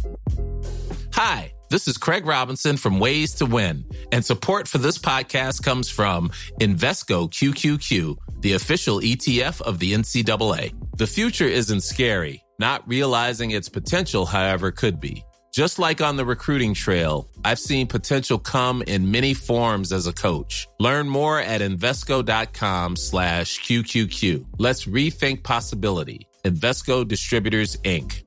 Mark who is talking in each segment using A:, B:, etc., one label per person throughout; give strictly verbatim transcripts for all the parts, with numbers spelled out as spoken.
A: Hi, this is Craig Robinson from Ways to Win, and support for this podcast comes from Invesco Q Q Q, the official E T F of the N C double A. The future isn't scary. Not realizing its potential, however, could be. Just like on the recruiting trail, I've seen potential come in many forms as a coach. Learn more at Invesco.com slash QQQ. Let's rethink possibility. Invesco Distributors, Incorporated.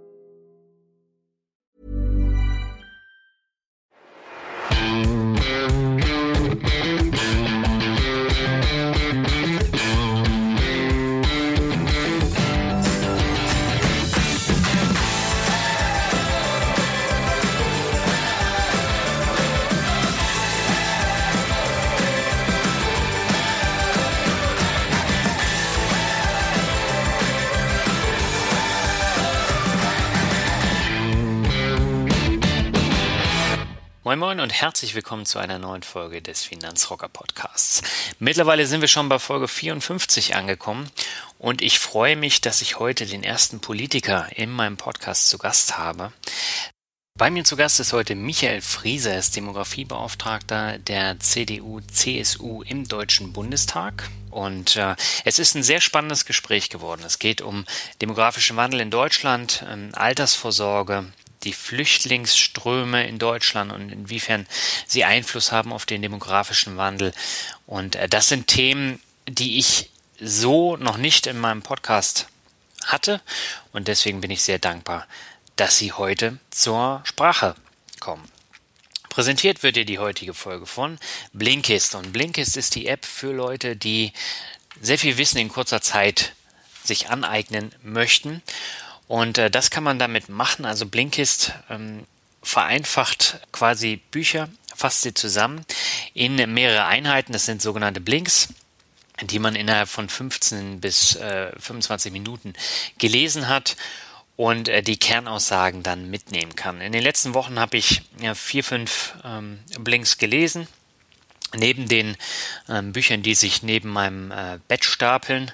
B: Moin Moin und herzlich willkommen zu einer neuen Folge des Finanzrocker Podcasts. Mittlerweile sind wir schon bei Folge vierundfünfzig angekommen und ich freue mich, dass ich heute den ersten Politiker in meinem Podcast zu Gast habe. Bei mir zu Gast ist heute Michael Frieser, er ist Demografiebeauftragter der C D U C S U im Deutschen Bundestag. Und äh, es ist ein sehr spannendes Gespräch geworden. Es geht um demografischen Wandel in Deutschland, ähm, Altersvorsorge, die Flüchtlingsströme in Deutschland und inwiefern sie Einfluss haben auf den demografischen Wandel. Und äh, das sind Themen, die ich so noch nicht in meinem Podcast hatte. Und deswegen bin ich sehr dankbar, dass sie heute zur Sprache kommen. Präsentiert wird dir die heutige Folge von Blinkist. Und Blinkist ist die App für Leute, die sehr viel Wissen in kurzer Zeit sich aneignen möchten. Und äh, das kann man damit machen. Also Blinkist ähm, vereinfacht quasi Bücher, fasst sie zusammen in mehrere Einheiten. Das sind sogenannte Blinks, die man innerhalb von fünfzehn bis fünfundzwanzig Minuten gelesen hat und äh, die Kernaussagen dann mitnehmen kann. In den letzten Wochen habe ich ja, vier, fünf ähm, Blinks gelesen. Neben den ähm, Büchern, die sich neben meinem äh, Bett stapeln.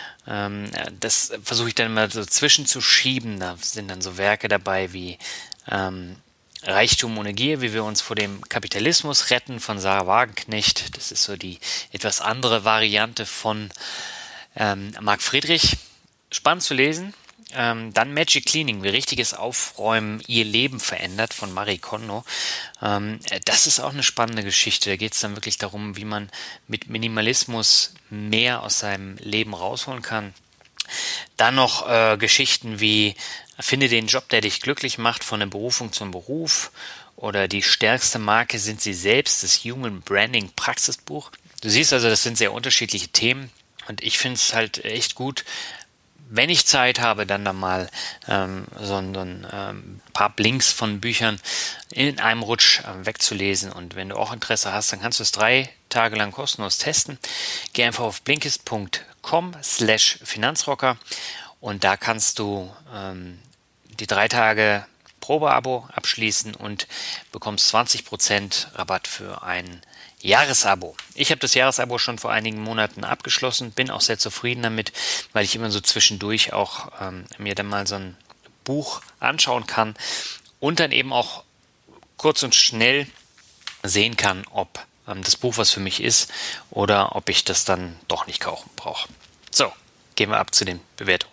B: Das versuche ich dann immer so zwischenzuschieben. Da sind dann so Werke dabei wie ähm, Reichtum ohne Gier, wie wir uns vor dem Kapitalismus retten von Sarah Wagenknecht. Das ist so die etwas andere Variante von ähm, Marc Friedrich. Spannend zu lesen. Ähm, dann Magic Cleaning, wie richtiges Aufräumen ihr Leben verändert von Marie Kondo. Ähm, das ist auch eine spannende Geschichte. Da geht es dann wirklich darum, wie man mit Minimalismus mehr aus seinem Leben rausholen kann. Dann noch äh, Geschichten wie Finde den Job, der dich glücklich macht, von der Berufung zum Beruf oder die stärkste Marke sind sie selbst, das Human Branding Praxisbuch. Du siehst also, das sind sehr unterschiedliche Themen und ich finde es halt echt gut, wenn ich Zeit habe, dann da mal ähm, so ein, so ein ähm, paar Blinks von Büchern in einem Rutsch äh, wegzulesen. Und wenn du auch Interesse hast, dann kannst du es drei Tage lang kostenlos testen. Geh einfach auf blinkist punkt com slash Finanzrocker und da kannst du ähm, die drei Tage Probeabo abschließen und bekommst zwanzig Prozent Rabatt für ein Jahresabo. Ich habe das Jahresabo schon vor einigen Monaten abgeschlossen, bin auch sehr zufrieden damit, weil ich immer so zwischendurch auch ähm, mir dann mal so ein Buch anschauen kann und dann eben auch kurz und schnell sehen kann, ob ähm, das Buch was für mich ist oder ob ich das dann doch nicht kaufen brauche. So, gehen wir ab zu den Bewertungen.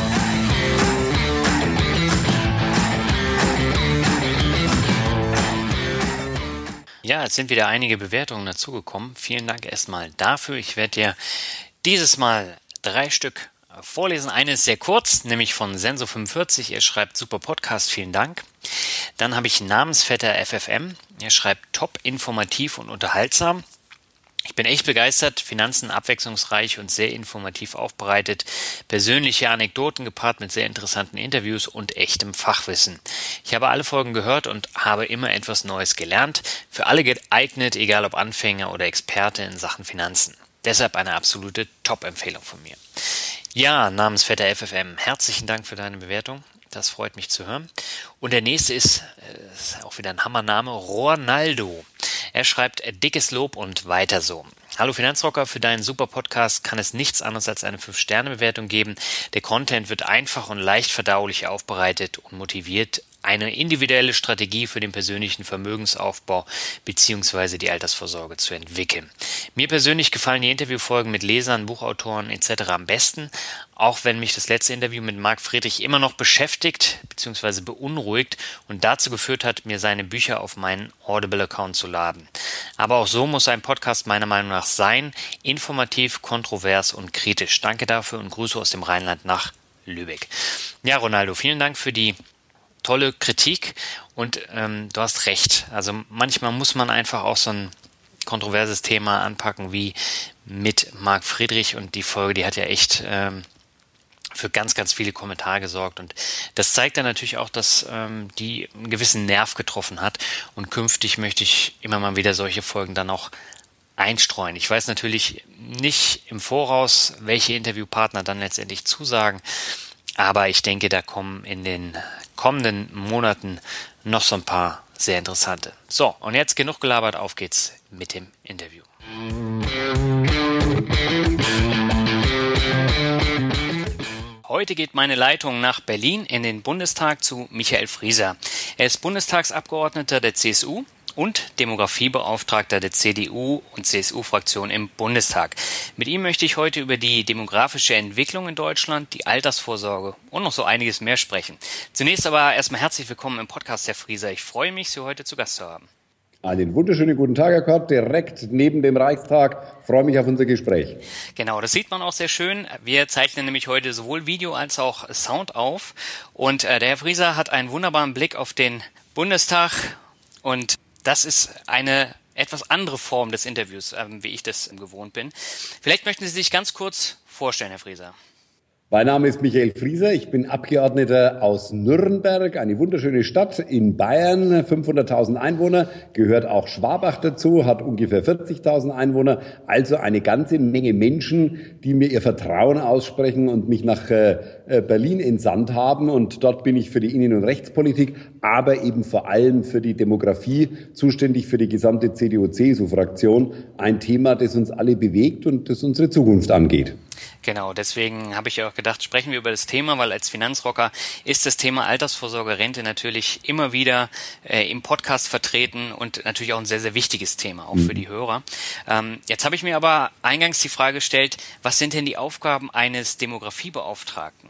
B: Ja, es sind wieder einige Bewertungen dazugekommen. Vielen Dank erstmal dafür. Ich werde dir dieses Mal drei Stück vorlesen. Eine ist sehr kurz, nämlich von Senso fünfundvierzig. Er schreibt, super Podcast, vielen Dank. Dann habe ich Namensvetter F F M. Er schreibt, top, informativ und unterhaltsam. Ich bin echt begeistert, Finanzen abwechslungsreich und sehr informativ aufbereitet, persönliche Anekdoten gepaart mit sehr interessanten Interviews und echtem Fachwissen. Ich habe alle Folgen gehört und habe immer etwas Neues gelernt, für alle geeignet, egal ob Anfänger oder Experte in Sachen Finanzen. Deshalb eine absolute Top-Empfehlung von mir. Ja, Namensvetter F F M, herzlichen Dank für deine Bewertung. Das freut mich zu hören. Und der nächste ist, äh, ist auch wieder ein Hammername, Ronaldo. Er schreibt, dickes Lob und weiter so. Hallo Finanzrocker, für deinen super Podcast kann es nichts anderes als eine fünf Sterne Bewertung geben. Der Content wird einfach und leicht verdaulich aufbereitet und motiviert eine individuelle Strategie für den persönlichen Vermögensaufbau bzw. die Altersvorsorge zu entwickeln. Mir persönlich gefallen die Interviewfolgen mit Lesern, Buchautoren et cetera am besten, auch wenn mich das letzte Interview mit Marc Friedrich immer noch beschäftigt bzw. beunruhigt und dazu geführt hat, mir seine Bücher auf meinen Audible-Account zu laden. Aber auch so muss ein Podcast meiner Meinung nach sein, informativ, kontrovers und kritisch. Danke dafür und Grüße aus dem Rheinland nach Lübeck. Ja, Ronaldo, vielen Dank für die tolle Kritik und ähm, du hast recht. Also manchmal muss man einfach auch so ein kontroverses Thema anpacken wie mit Marc Friedrich und die Folge, die hat ja echt ähm, für ganz, ganz viele Kommentare gesorgt und das zeigt dann natürlich auch, dass ähm, die einen gewissen Nerv getroffen hat und künftig möchte ich immer mal wieder solche Folgen dann auch einstreuen. Ich weiß natürlich nicht im Voraus, welche Interviewpartner dann letztendlich zusagen, aber ich denke, da kommen in den kommenden Monaten noch so ein paar sehr interessante. So, und jetzt genug gelabert, auf geht's mit dem Interview. Heute geht meine Leitung nach Berlin in den Bundestag zu Michael Frieser. Er ist Bundestagsabgeordneter der C S U und Demografiebeauftragter der C D U und C S U-Fraktion im Bundestag. Mit ihm möchte ich heute über die demografische Entwicklung in Deutschland, die Altersvorsorge und noch so einiges mehr sprechen. Zunächst aber erstmal herzlich willkommen im Podcast, Herr Frieser. Ich freue mich, Sie heute zu Gast zu haben.
C: Einen wunderschönen guten Tag, Herr Kort, direkt neben dem Reichstag. Ich freue mich auf unser Gespräch.
B: Genau, das sieht man auch sehr schön. Wir zeichnen nämlich heute sowohl Video als auch Sound auf. Und äh, der Herr Frieser hat einen wunderbaren Blick auf den Bundestag und das ist eine etwas andere Form des Interviews, äh, wie ich das gewohnt bin. Vielleicht möchten Sie sich ganz kurz vorstellen, Herr Frieser.
C: Mein Name ist Michael Frieser, ich bin Abgeordneter aus Nürnberg, eine wunderschöne Stadt in Bayern, fünfhunderttausend Einwohner, gehört auch Schwabach dazu, hat ungefähr vierzigtausend Einwohner, also eine ganze Menge Menschen, die mir ihr Vertrauen aussprechen und mich nach äh, Berlin entsandt haben und dort bin ich für die Innen- und Rechtspolitik, aber eben vor allem für die Demografie zuständig, für die gesamte C D U-C S U-Fraktion, ein Thema, das uns alle bewegt und das unsere Zukunft angeht.
B: Genau, deswegen habe ich ja auch gedacht, sprechen wir über das Thema, weil als Finanzrocker ist das Thema Altersvorsorge, Rente natürlich immer wieder äh, im Podcast vertreten und natürlich auch ein sehr, sehr wichtiges Thema, auch mhm. für die Hörer. Ähm, jetzt habe ich mir aber eingangs die Frage gestellt, was sind denn die Aufgaben eines Demografiebeauftragten?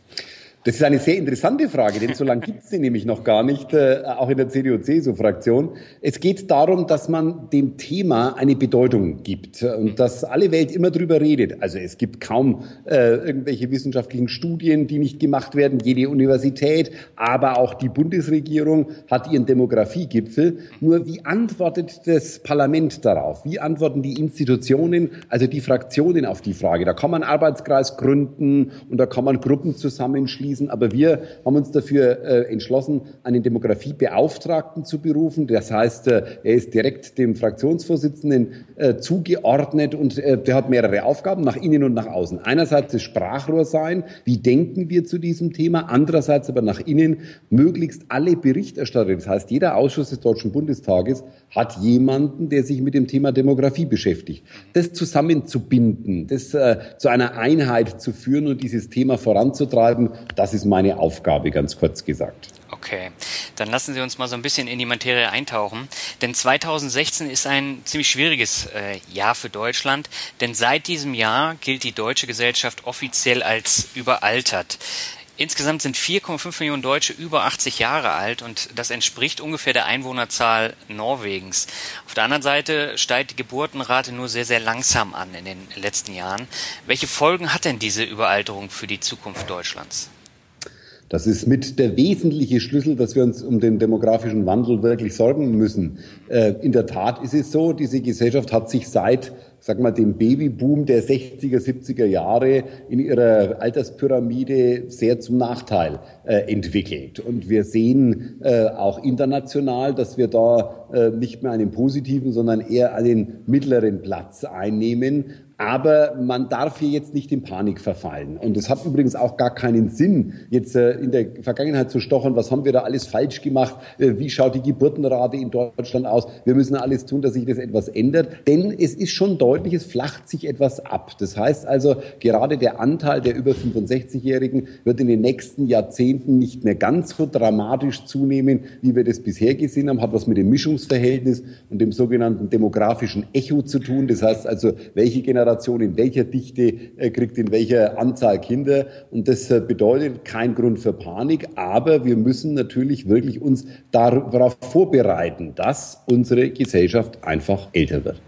C: Das ist eine sehr interessante Frage, denn so lange gibt es sie nämlich noch gar nicht, äh, auch in der C D U-C S U-Fraktion. Es geht darum, dass man dem Thema eine Bedeutung gibt und dass alle Welt immer drüber redet. Also es gibt kaum äh, irgendwelche wissenschaftlichen Studien, die nicht gemacht werden. Jede Universität, aber auch die Bundesregierung hat ihren Demografiegipfel. Nur wie antwortet das Parlament darauf? Wie antworten die Institutionen, also die Fraktionen auf die Frage? Da kann man einen Arbeitskreis gründen und da kann man Gruppen zusammenschließen. Aber wir haben uns dafür äh, entschlossen, einen Demografiebeauftragten zu berufen. Das heißt, äh, er ist direkt dem Fraktionsvorsitzenden äh, zugeordnet und äh, der hat mehrere Aufgaben, nach innen und nach außen. Einerseits das Sprachrohr sein, wie denken wir zu diesem Thema, andererseits aber nach innen möglichst alle Berichterstatter. Das heißt, jeder Ausschuss des Deutschen Bundestages hat jemanden, der sich mit dem Thema Demografie beschäftigt. Das zusammenzubinden, das äh, zu einer Einheit zu führen und dieses Thema voranzutreiben, das ist meine Aufgabe, ganz kurz gesagt.
B: Okay, dann lassen Sie uns mal so ein bisschen in die Materie eintauchen. Denn zweitausendsechzehn ist ein ziemlich schwieriges äh, Jahr für Deutschland. Denn seit diesem Jahr gilt die deutsche Gesellschaft offiziell als überaltert. Insgesamt sind vier Komma fünf Millionen Deutsche über achtzig Jahre alt und das entspricht ungefähr der Einwohnerzahl Norwegens. Auf der anderen Seite steigt die Geburtenrate nur sehr, sehr langsam an in den letzten Jahren. Welche Folgen hat denn diese Überalterung für die Zukunft Deutschlands?
C: Das ist mit der wesentliche Schlüssel, dass wir uns um den demografischen Wandel wirklich sorgen müssen. Äh, in der Tat ist es so, diese Gesellschaft hat sich seit, sag mal, dem Babyboom der sechziger, siebziger Jahre in ihrer Alterspyramide sehr zum Nachteil äh, entwickelt. Und wir sehen äh, auch international, dass wir da äh, nicht mehr einen positiven, sondern eher einen mittleren Platz einnehmen. Aber man darf hier jetzt nicht in Panik verfallen. Und es hat übrigens auch gar keinen Sinn, jetzt äh, in der Vergangenheit zu stochern, was haben wir da alles falsch gemacht, äh, wie schaut die Geburtenrate in Deutschland aus. Wir müssen alles tun, dass sich das etwas ändert. Denn es ist schon deutlich, deutlich, es flacht sich etwas ab. Das heißt also, gerade der Anteil der über fünfundsechzigjährigen wird in den nächsten Jahrzehnten nicht mehr ganz so dramatisch zunehmen, wie wir das bisher gesehen haben. Hat was mit dem Mischungsverhältnis und dem sogenannten demografischen Echo zu tun. Das heißt also, welche Generation in welcher Dichte äh, kriegt in welcher Anzahl Kinder. Und das äh, bedeutet kein Grund für Panik, aber wir müssen natürlich wirklich uns darauf vorbereiten, dass unsere Gesellschaft einfach älter wird.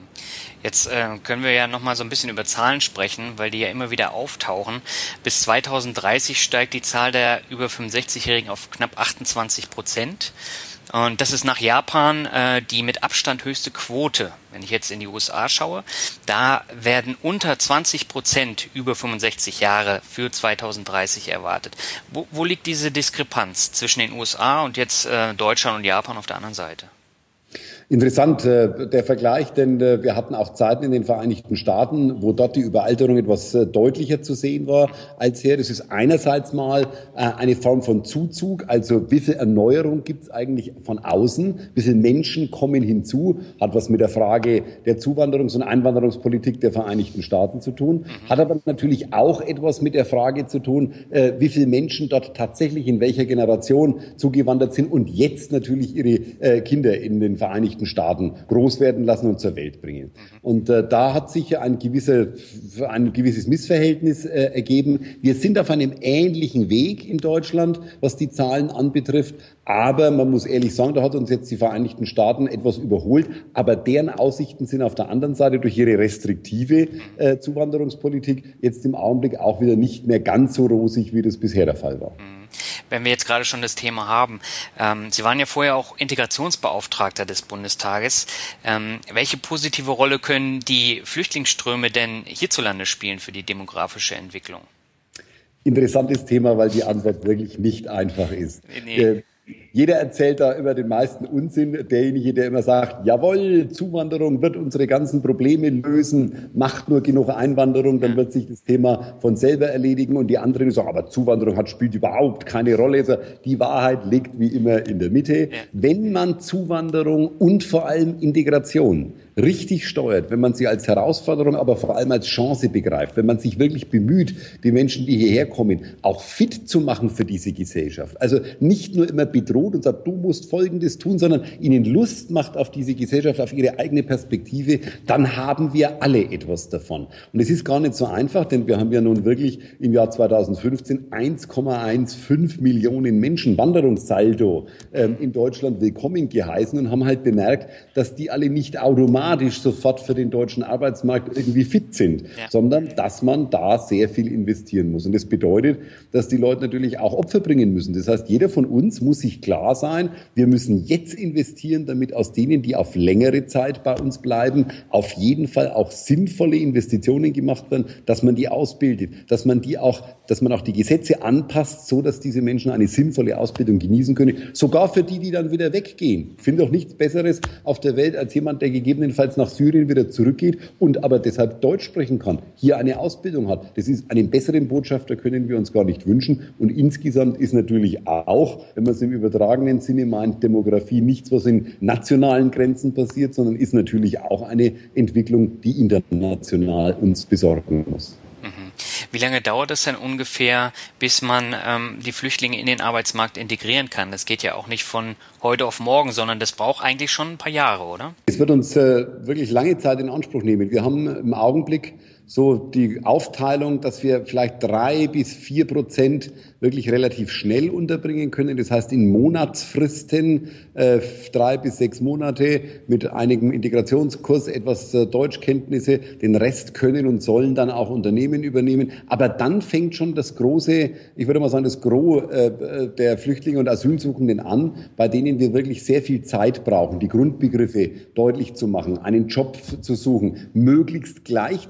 B: Jetzt äh, können wir ja noch mal so ein bisschen über Zahlen sprechen, weil die ja immer wieder auftauchen. Bis zweitausenddreißig steigt die Zahl der über fünfundsechzigjährigen auf knapp achtundzwanzig Prozent. Und das ist nach Japan äh, die mit Abstand höchste Quote. Wenn ich jetzt in die U S A schaue, da werden unter zwanzig Prozent über fünfundsechzig Jahre für zweitausenddreißig erwartet. Wo, wo liegt diese Diskrepanz zwischen den U S A und jetzt äh, Deutschland und Japan auf der anderen Seite?
C: Interessant, äh, der Vergleich, denn äh, wir hatten auch Zeiten in den Vereinigten Staaten, wo dort die Überalterung etwas äh, deutlicher zu sehen war als hier. Das ist einerseits mal äh, eine Form von Zuzug, also wie viel Erneuerung gibt es eigentlich von außen, wie viele Menschen kommen hinzu, hat was mit der Frage der Zuwanderungs- und Einwanderungspolitik der Vereinigten Staaten zu tun, hat aber natürlich auch etwas mit der Frage zu tun, äh, wie viele Menschen dort tatsächlich in welcher Generation zugewandert sind und jetzt natürlich ihre äh, Kinder in den Vereinigten Staaten groß werden lassen und zur Welt bringen. Und äh, da hat sich ein, gewisse, ein gewisses Missverhältnis äh, ergeben. Wir sind auf einem ähnlichen Weg in Deutschland, was die Zahlen anbetrifft. Aber man muss ehrlich sagen, da hat uns jetzt die Vereinigten Staaten etwas überholt. Aber deren Aussichten sind auf der anderen Seite durch ihre restriktive äh, Zuwanderungspolitik jetzt im Augenblick auch wieder nicht mehr ganz so rosig, wie das bisher der Fall war.
B: Wenn wir jetzt gerade schon das Thema haben, ähm, Sie waren ja vorher auch Integrationsbeauftragter des Bundestages. Ähm, welche positive Rolle können die Flüchtlingsströme denn hierzulande spielen für die demografische Entwicklung?
C: Interessantes Thema, weil die Antwort wirklich nicht einfach ist. Nee. Äh, Jeder erzählt da immer den meisten Unsinn. Derjenige, der immer sagt, jawohl, Zuwanderung wird unsere ganzen Probleme lösen, macht nur genug Einwanderung, dann wird sich das Thema von selber erledigen. Und die anderen die sagen, aber Zuwanderung hat, spielt überhaupt keine Rolle. Also die Wahrheit liegt wie immer in der Mitte. Wenn man Zuwanderung und vor allem Integration richtig steuert, wenn man sie als Herausforderung, aber vor allem als Chance begreift, wenn man sich wirklich bemüht, die Menschen, die hierher kommen, auch fit zu machen für diese Gesellschaft. Also nicht nur immer bedroht und sagt, du musst Folgendes tun, sondern ihnen Lust macht auf diese Gesellschaft, auf ihre eigene Perspektive, dann haben wir alle etwas davon. Und es ist gar nicht so einfach, denn wir haben ja nun wirklich im Jahr zweitausendfünfzehn eins Komma fünfzehn Millionen Menschen Wanderungssaldo ähm, in Deutschland willkommen geheißen und haben halt bemerkt, dass die alle nicht automatisch sofort für den deutschen Arbeitsmarkt irgendwie fit sind, ja. sondern dass man da sehr viel investieren muss. Und das bedeutet, dass die Leute natürlich auch Opfer bringen müssen. Das heißt, jeder von uns muss sich klar sein, wir müssen jetzt investieren, damit aus denen, die auf längere Zeit bei uns bleiben, auf jeden Fall auch sinnvolle Investitionen gemacht werden, dass man die ausbildet, dass man die auch, dass man auch die Gesetze anpasst, so dass diese Menschen eine sinnvolle Ausbildung genießen können. Sogar für die, die dann wieder weggehen. Ich finde doch nichts Besseres auf der Welt als jemand, der gegebenenfalls nach Syrien wieder zurückgeht und aber deshalb Deutsch sprechen kann, hier eine Ausbildung hat. Das ist einen besseren Botschafter können wir uns gar nicht wünschen. Und insgesamt ist natürlich auch, wenn man es im übertragenen Sinne meint, Demografie nichts, was in nationalen Grenzen passiert, sondern ist natürlich auch eine Entwicklung, die international uns besorgen muss.
B: Wie lange dauert es denn ungefähr, bis man ähm, die Flüchtlinge in den Arbeitsmarkt integrieren kann? Das geht ja auch nicht von heute auf morgen, sondern das braucht eigentlich schon ein paar Jahre, oder?
C: Es wird uns äh, wirklich lange Zeit in Anspruch nehmen. Wir haben im Augenblick so die Aufteilung, dass wir vielleicht drei bis vier Prozent wirklich relativ schnell unterbringen können. Das heißt in Monatsfristen, äh, drei bis sechs Monate mit einigem Integrationskurs, etwas äh, Deutschkenntnisse. Den Rest können und sollen dann auch Unternehmen übernehmen. Aber dann fängt schon das große, ich würde mal sagen, das Gros äh, der Flüchtlinge und Asylsuchenden an, bei denen wir wirklich sehr viel Zeit brauchen, die Grundbegriffe deutlich zu machen, einen Job zu suchen, möglichst gleichzeitig in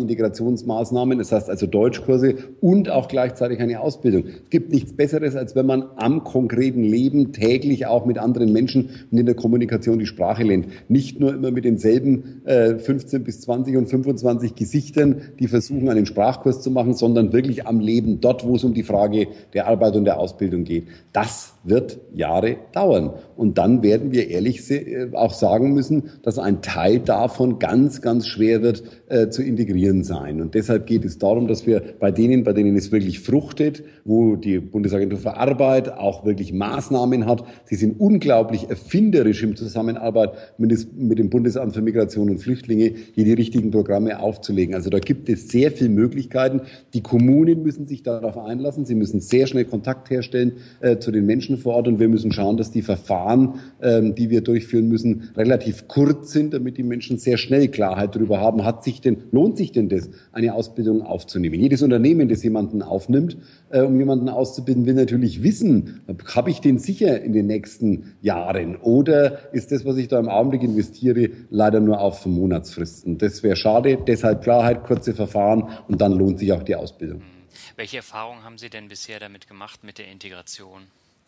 C: Integrationsmaßnahmen, das heißt also Deutschkurse und auch gleichzeitig eine Ausbildung. Es gibt nichts Besseres, als wenn man am konkreten Leben täglich auch mit anderen Menschen und in der Kommunikation die Sprache lernt. Nicht nur immer mit denselben äh, fünfzehn bis zwanzig und fünfundzwanzig Gesichtern, die versuchen, einen Sprachkurs zu machen, sondern wirklich am Leben, dort, wo es um die Frage der Arbeit und der Ausbildung geht. Das wird Jahre dauern. Und dann werden wir ehrlich auch sagen müssen, dass ein Teil davon ganz, ganz schwer wird äh, zu integrieren sein. Und deshalb geht es darum, dass wir bei denen, bei denen es wirklich fruchtet, wo die Bundesagentur für Arbeit auch wirklich Maßnahmen hat, sie sind unglaublich erfinderisch im Zusammenarbeit mit, des, mit dem Bundesamt für Migration und Flüchtlinge, hier die richtigen Programme aufzulegen. Also da gibt es sehr viele Möglichkeiten. Die Kommunen müssen sich darauf einlassen. Sie müssen sehr schnell Kontakt herstellen äh, zu den Menschen vor Ort und wir müssen schauen, dass die Verfahren, ähm, die wir durchführen müssen, relativ kurz sind, damit die Menschen sehr schnell Klarheit darüber haben, hat sich denn, lohnt sich denn das, eine Ausbildung aufzunehmen. Jedes Unternehmen, das jemanden aufnimmt, äh, um jemanden auszubilden, will natürlich wissen, habe ich den sicher in den nächsten Jahren oder ist das, was ich da im Augenblick investiere, leider nur auf Monatsfristen. Das wäre schade, deshalb Klarheit, kurze Verfahren und dann lohnt sich auch die Ausbildung.
B: Welche Erfahrungen haben Sie denn bisher damit gemacht mit der Integration?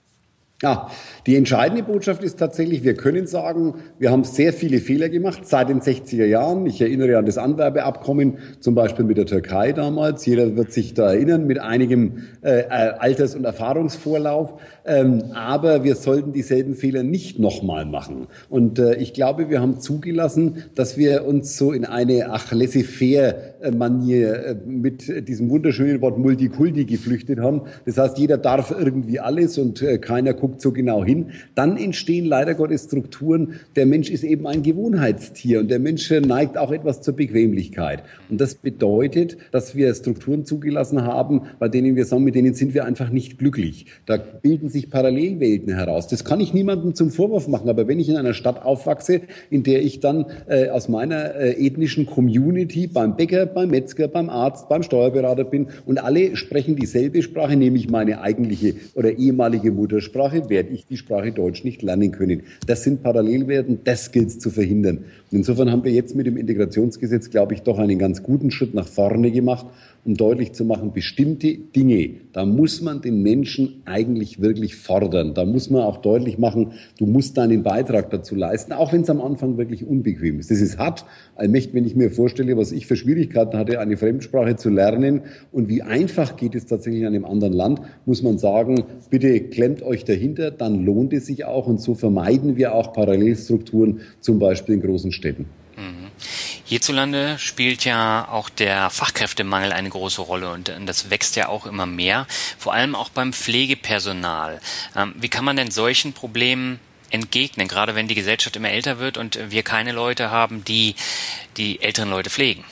C: Ja, die entscheidende Botschaft ist tatsächlich, wir können sagen, wir haben sehr viele Fehler gemacht seit den sechziger Jahren. Ich erinnere an das Anwerbeabkommen, zum Beispiel mit der Türkei damals. Jeder wird sich da erinnern, mit einigem äh, Alters- und Erfahrungsvorlauf. Ähm, aber wir sollten dieselben Fehler nicht nochmal machen. Und äh, ich glaube, wir haben zugelassen, dass wir uns so in eine ach laissez-faire-Manier äh, mit diesem wunderschönen Wort Multikulti geflüchtet haben. Das heißt, jeder darf irgendwie alles und äh, keiner guckt so genau hin, dann entstehen leider Gottes Strukturen. Der Mensch ist eben ein Gewohnheitstier und der Mensch neigt auch etwas zur Bequemlichkeit. Und das bedeutet, dass wir Strukturen zugelassen haben, bei denen wir sagen, mit denen sind wir einfach nicht glücklich. Da bilden sich Parallelwelten heraus. Das kann ich niemandem zum Vorwurf machen, aber wenn ich in einer Stadt aufwachse, in der ich dann äh, aus meiner äh, ethnischen Community beim Bäcker, beim Metzger, beim Arzt, beim Steuerberater bin und alle sprechen dieselbe Sprache, nämlich meine eigentliche oder ehemalige Muttersprache, werde ich die Sprache Deutsch nicht lernen können. Das sind Parallelwelten, das gilt es zu verhindern. Und insofern haben wir jetzt mit dem Integrationsgesetz, glaube ich, doch einen ganz guten Schritt nach vorne gemacht, um deutlich zu machen, bestimmte Dinge, da muss man den Menschen eigentlich wirklich fordern. Da muss man auch deutlich machen, du musst deinen Beitrag dazu leisten, auch wenn es am Anfang wirklich unbequem ist. Das ist hart, allmächtig, wenn ich mir vorstelle, was ich für Schwierigkeiten hatte, eine Fremdsprache zu lernen und wie einfach geht es tatsächlich in einem anderen Land, muss man sagen, bitte klemmt euch dahinter, dann lohnt es sich auch und so vermeiden wir auch Parallelstrukturen, zum Beispiel in großen Städten.
B: Mhm. Hierzulande spielt ja auch der Fachkräftemangel eine große Rolle und das wächst ja auch immer mehr, vor allem auch beim Pflegepersonal. Ähm, wie kann man denn solchen Problemen entgegnen, gerade wenn die Gesellschaft immer älter wird und wir keine Leute haben, die die älteren Leute pflegen?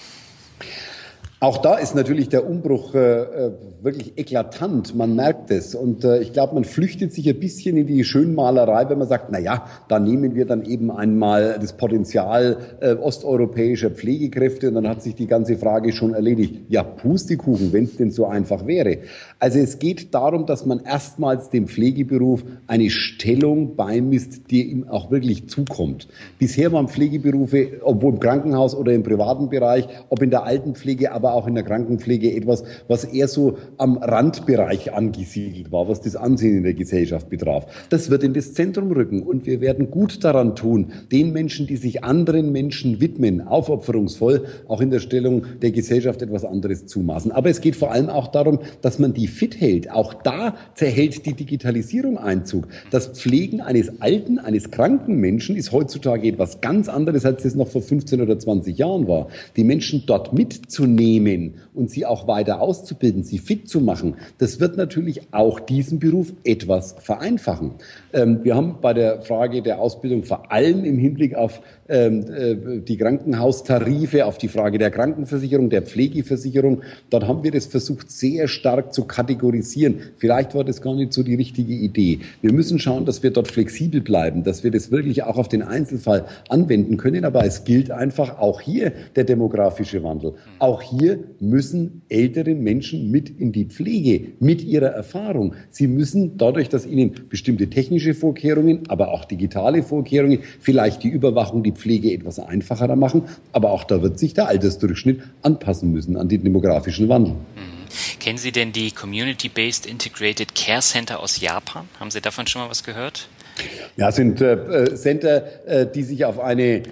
C: Auch da ist natürlich der Umbruch äh, wirklich eklatant. Man merkt es. Und äh, ich glaube, man flüchtet sich ein bisschen in die Schönmalerei, wenn man sagt, na ja, da nehmen wir dann eben einmal das Potenzial äh, osteuropäischer Pflegekräfte und dann hat sich die ganze Frage schon erledigt. Ja, Pustekuchen, wenn es denn so einfach wäre. Also es geht darum, dass man erstmals dem Pflegeberuf eine Stellung beimisst, die ihm auch wirklich zukommt. Bisher waren Pflegeberufe, obwohl im Krankenhaus oder im privaten Bereich, ob in der Altenpflege, aber auch in der Krankenpflege etwas, was eher so am Randbereich angesiedelt war, was das Ansehen in der Gesellschaft betraf. Das wird in das Zentrum rücken und wir werden gut daran tun, den Menschen, die sich anderen Menschen widmen, aufopferungsvoll, auch in der Stellung der Gesellschaft etwas anderes zumaßen. Aber es geht vor allem auch darum, dass man die fit hält. Auch da zerhält die Digitalisierung Einzug. Das Pflegen eines alten, eines kranken Menschen ist heutzutage etwas ganz anderes, als es noch vor fünfzehn oder zwanzig Jahren war. Die Menschen dort mitzunehmen und sie auch weiter auszubilden, sie fit zu machen, das wird natürlich auch diesen Beruf etwas vereinfachen. Ähm, wir haben bei der Frage der Ausbildung vor allem im Hinblick auf ähm, äh, die Krankenhaustarife, auf die Frage der Krankenversicherung, der Pflegeversicherung, dort haben wir das versucht sehr stark zu kategorisieren. Vielleicht war das gar nicht so die richtige Idee. Wir müssen schauen, dass wir dort flexibel bleiben, dass wir das wirklich auch auf den Einzelfall anwenden können, aber es gilt einfach auch hier der demografische Wandel. Auch hier Dafür müssen ältere Menschen mit in die Pflege, mit ihrer Erfahrung. Sie müssen dadurch, dass ihnen bestimmte technische Vorkehrungen, aber auch digitale Vorkehrungen, vielleicht die Überwachung, die Pflege etwas einfacher machen, aber auch da wird sich der Altersdurchschnitt anpassen müssen an den demografischen Wandel.
B: Mhm. Kennen Sie denn die Community-Based Integrated Care Center aus Japan? Haben Sie davon schon mal was gehört?
C: Ja, sind äh, Center, äh, die sich auf eine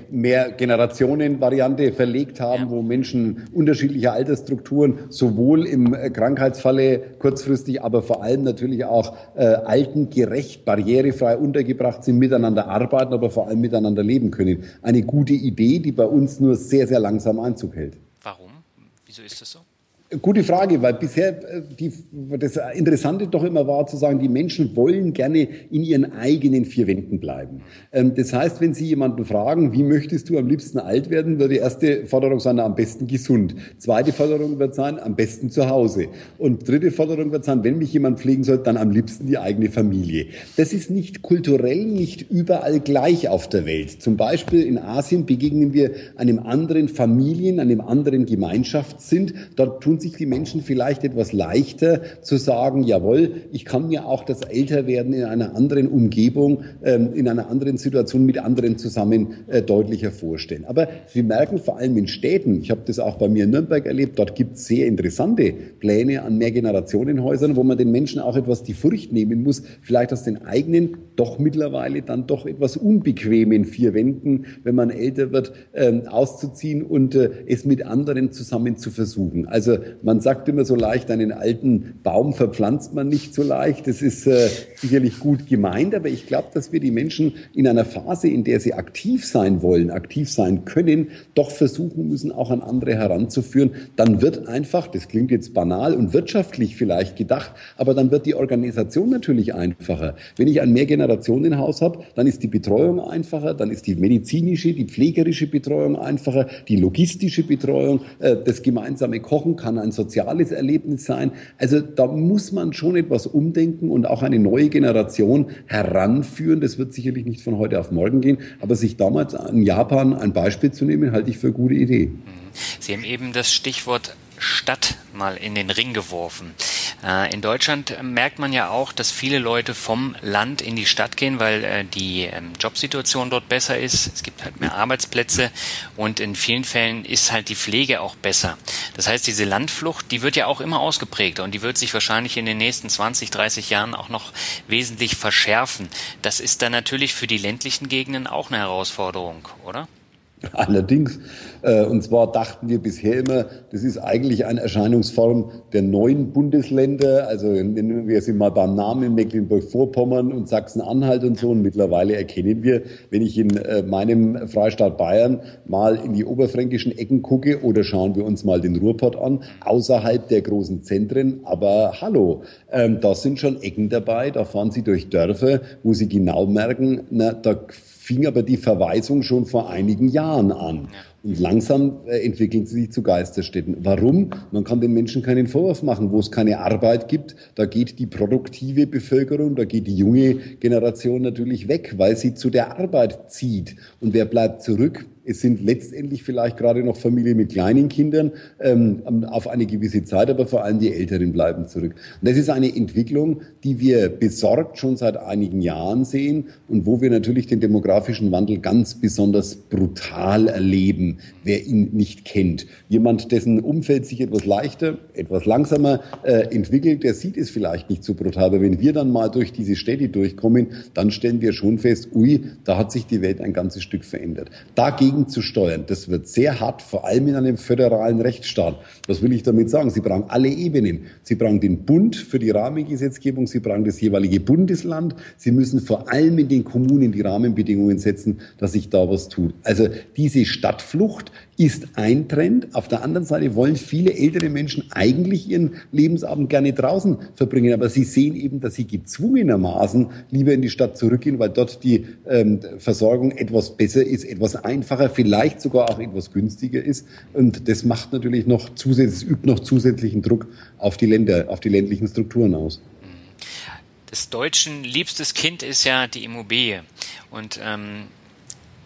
C: Mehrgenerationen-Variante verlegt haben, ja. wo Menschen unterschiedlicher Altersstrukturen sowohl im äh, Krankheitsfalle kurzfristig, aber vor allem natürlich auch äh, altengerecht, barrierefrei untergebracht sind, miteinander arbeiten, aber vor allem miteinander leben können. Eine gute Idee, die bei uns nur sehr, sehr langsam Einzug hält.
B: Warum? Wieso ist das so?
C: Gute Frage, weil bisher die, das Interessante doch immer war zu sagen, die Menschen wollen gerne in ihren eigenen vier Wänden bleiben. Das heißt, wenn Sie jemanden fragen, wie möchtest du am liebsten alt werden, wird die erste Forderung sein, am besten gesund. Zweite Forderung wird sein, am besten zu Hause. Und dritte Forderung wird sein, wenn mich jemand pflegen soll, dann am liebsten die eigene Familie. Das ist nicht kulturell, nicht überall gleich auf der Welt. Zum Beispiel in Asien begegnen wir einem anderen Familien, einem anderen Gemeinschaftssinn. Dort tun sich die Menschen vielleicht etwas leichter zu sagen, jawohl, ich kann mir auch das Älterwerden in einer anderen Umgebung, ähm, in einer anderen Situation mit anderen zusammen äh, deutlicher vorstellen. Aber Sie merken vor allem in Städten, ich habe das auch bei mir in Nürnberg erlebt, dort gibt es sehr interessante Pläne an Mehrgenerationenhäusern, wo man den Menschen auch etwas die Furcht nehmen muss, vielleicht aus den eigenen, doch mittlerweile dann doch etwas unbequemen vier Wänden, wenn man älter wird, ähm, auszuziehen und äh, es mit anderen zusammen zu versuchen. Also man sagt immer so leicht, einen alten Baum verpflanzt man nicht so leicht. Das ist äh, sicherlich gut gemeint, aber ich glaube, dass wir die Menschen in einer Phase, in der sie aktiv sein wollen, aktiv sein können, doch versuchen müssen, auch an andere heranzuführen. Dann wird einfach, das klingt jetzt banal und wirtschaftlich vielleicht gedacht, aber dann wird die Organisation natürlich einfacher. Wenn ich ein Mehrgenerationenhaus habe, dann ist die Betreuung einfacher, dann ist die medizinische, die pflegerische Betreuung einfacher, die logistische Betreuung, äh, das gemeinsame Kochen kann ein soziales Erlebnis sein. Also da muss man schon etwas umdenken und auch eine neue Generation heranführen. Das wird sicherlich nicht von heute auf morgen gehen, aber sich damals in Japan ein Beispiel zu nehmen, halte ich für eine gute Idee.
B: Sie haben eben das Stichwort Stadt mal in den Ring geworfen. In Deutschland merkt man ja auch, dass viele Leute vom Land in die Stadt gehen, weil die Jobsituation dort besser ist. Es gibt halt mehr Arbeitsplätze und in vielen Fällen ist halt die Pflege auch besser. Das heißt, diese Landflucht, die wird ja auch immer ausgeprägter und die wird sich wahrscheinlich in den nächsten zwanzig, dreißig Jahren auch noch wesentlich verschärfen. Das ist dann natürlich für die ländlichen Gegenden auch eine Herausforderung, oder?
C: Allerdings, äh, und zwar dachten wir bisher immer, das ist eigentlich eine Erscheinungsform der neuen Bundesländer, also nennen wir sie mal beim Namen, Mecklenburg-Vorpommern und Sachsen-Anhalt und so. Und mittlerweile erkennen wir, wenn ich in äh, meinem Freistaat Bayern mal in die oberfränkischen Ecken gucke oder schauen wir uns mal den Ruhrpott an, außerhalb der großen Zentren, aber hallo, ähm, da sind schon Ecken dabei, da fahren Sie durch Dörfer, wo Sie genau merken, na, da fing aber die Verweisung schon vor einigen Jahren an. Und langsam äh, entwickeln sie sich zu Geisterstädten. Warum? Man kann den Menschen keinen Vorwurf machen. Wo es keine Arbeit gibt, da geht die produktive Bevölkerung, da geht die junge Generation natürlich weg, weil sie zu der Arbeit zieht. Und wer bleibt zurück? Es sind letztendlich vielleicht gerade noch Familien mit kleinen Kindern ähm, auf eine gewisse Zeit, aber vor allem die Älteren bleiben zurück. Und das ist eine Entwicklung, die wir besorgt schon seit einigen Jahren sehen und wo wir natürlich den demografischen Wandel ganz besonders brutal erleben, wer ihn nicht kennt. Jemand, dessen Umfeld sich etwas leichter, etwas langsamer äh, entwickelt, der sieht es vielleicht nicht so brutal. Aber wenn wir dann mal durch diese Städte durchkommen, dann stellen wir schon fest, ui, da hat sich die Welt ein ganzes Stück verändert. Dagegen zu steuern, das wird sehr hart, vor allem in einem föderalen Rechtsstaat. Was will ich damit sagen? Sie brauchen alle Ebenen. Sie brauchen den Bund für die Rahmengesetzgebung, Sie brauchen das jeweilige Bundesland. Sie müssen vor allem in den Kommunen die Rahmenbedingungen setzen, dass sich da was tut. Also diese Stadtflucht ist ein Trend. Auf der anderen Seite wollen viele ältere Menschen eigentlich ihren Lebensabend gerne draußen verbringen, aber sie sehen eben, dass sie gezwungenermaßen lieber in die Stadt zurückgehen, weil dort die ähm, Versorgung etwas besser ist, etwas einfacher, vielleicht sogar auch etwas günstiger ist. Und das macht natürlich noch zusätzlich, übt noch zusätzlichen Druck auf die Länder, auf die ländlichen Strukturen aus.
B: Des Deutschen liebstes Kind ist ja die Immobilie. Und ähm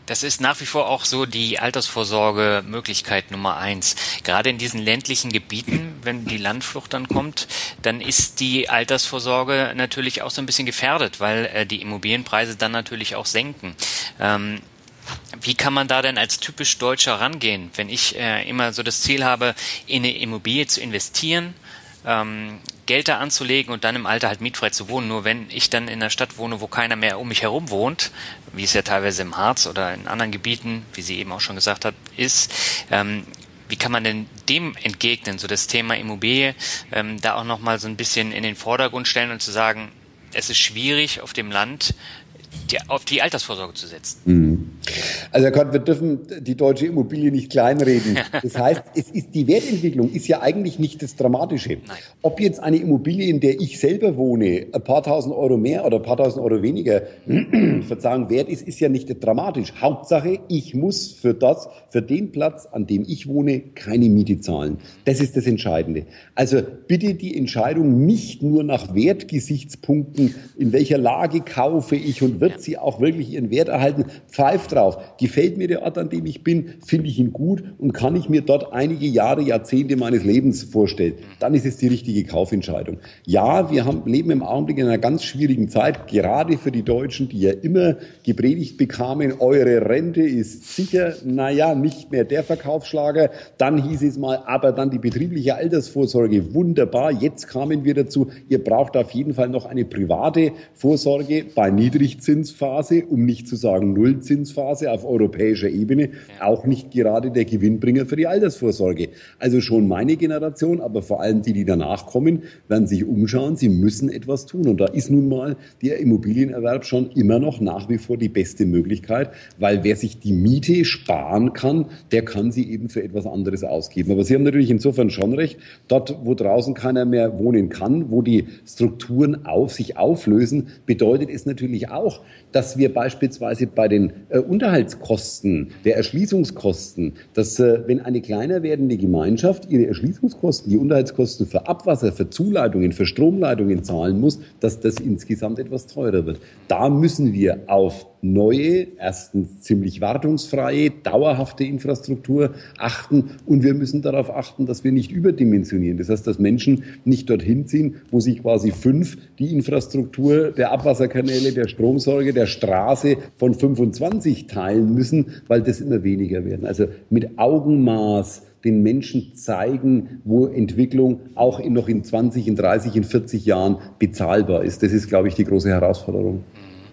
B: Das ist nach wie vor auch so die Altersvorsorge-Möglichkeit Nummer eins. Gerade in diesen ländlichen Gebieten, wenn die Landflucht dann kommt, dann ist die Altersvorsorge natürlich auch so ein bisschen gefährdet, weil äh, die Immobilienpreise dann natürlich auch senken. Ähm, Wie kann man da denn als typisch Deutscher rangehen, wenn ich äh, immer so das Ziel habe, in eine Immobilie zu investieren, ähm, Geld da anzulegen und dann im Alter halt mietfrei zu wohnen? Nur wenn ich dann in einer Stadt wohne, wo keiner mehr um mich herum wohnt, wie es ja teilweise im Harz oder in anderen Gebieten, wie sie eben auch schon gesagt hat, ist, ähm, wie kann man denn dem entgegnen, so das Thema Immobilie ähm, da auch nochmal so ein bisschen in den Vordergrund stellen und zu sagen, es ist schwierig auf dem Land, die, auf die Altersvorsorge zu setzen?
C: Mhm. Also Herr Kort, wir dürfen die deutsche Immobilie nicht kleinreden. Das heißt, es ist, die Wertentwicklung ist ja eigentlich nicht das Dramatische.
B: Nein.
C: Ob jetzt eine Immobilie, in der ich selber wohne, ein paar tausend Euro mehr oder ein paar tausend Euro weniger, Verzeihung, wert ist, ist ja nicht dramatisch. Hauptsache, ich muss für das, für den Platz, an dem ich wohne, keine Miete zahlen. Das ist das Entscheidende. Also bitte die Entscheidung nicht nur nach Wertgesichtspunkten, in welcher Lage kaufe ich und wird sie auch wirklich ihren Wert erhalten, pfeift drauf. Gefällt mir der Ort, an dem ich bin, finde ich ihn gut und kann ich mir dort einige Jahre, Jahrzehnte meines Lebens vorstellen, dann ist es die richtige Kaufentscheidung. Ja, wir haben, leben im Augenblick in einer ganz schwierigen Zeit, gerade für die Deutschen, die ja immer gepredigt bekamen, eure Rente ist sicher. Naja, nicht mehr der Verkaufsschlager. Dann hieß es mal, aber dann die betriebliche Altersvorsorge, wunderbar. Jetzt kamen wir dazu, ihr braucht auf jeden Fall noch eine private Vorsorge bei Niedrigzinsphase, um nicht zu sagen Nullzinsphase auf europäischer Ebene, auch nicht gerade der Gewinnbringer für die Altersvorsorge. Also schon meine Generation, aber vor allem die, die danach kommen, werden sich umschauen, sie müssen etwas tun. Und da ist nun mal der Immobilienerwerb schon immer noch nach wie vor die beste Möglichkeit, weil wer sich die Miete sparen kann, der kann sie eben für etwas anderes ausgeben. Aber Sie haben natürlich insofern schon recht, dort, wo draußen keiner mehr wohnen kann, wo die Strukturen auf sich auflösen, bedeutet es natürlich auch, dass wir beispielsweise bei den äh, Unterhaltskosten, der Erschließungskosten, dass äh, wenn eine kleiner werdende Gemeinschaft ihre Erschließungskosten, die Unterhaltskosten für Abwasser, für Zuleitungen, für Stromleitungen zahlen muss, dass das insgesamt etwas teurer wird. Da müssen wir auf neue, erstens ziemlich wartungsfreie, dauerhafte Infrastruktur achten und wir müssen darauf achten, dass wir nicht überdimensionieren. Das heißt, dass Menschen nicht dorthin ziehen, wo sich quasi fünf die Infrastruktur der Abwasserkanäle, der Stromsorge, der Straße von fünfundzwanzig teilen müssen, weil das immer weniger werden. Also mit Augenmaß den Menschen zeigen, wo Entwicklung auch in noch in zwanzig, in dreißig, in vierzig Jahren bezahlbar ist. Das ist, glaube ich, die große Herausforderung.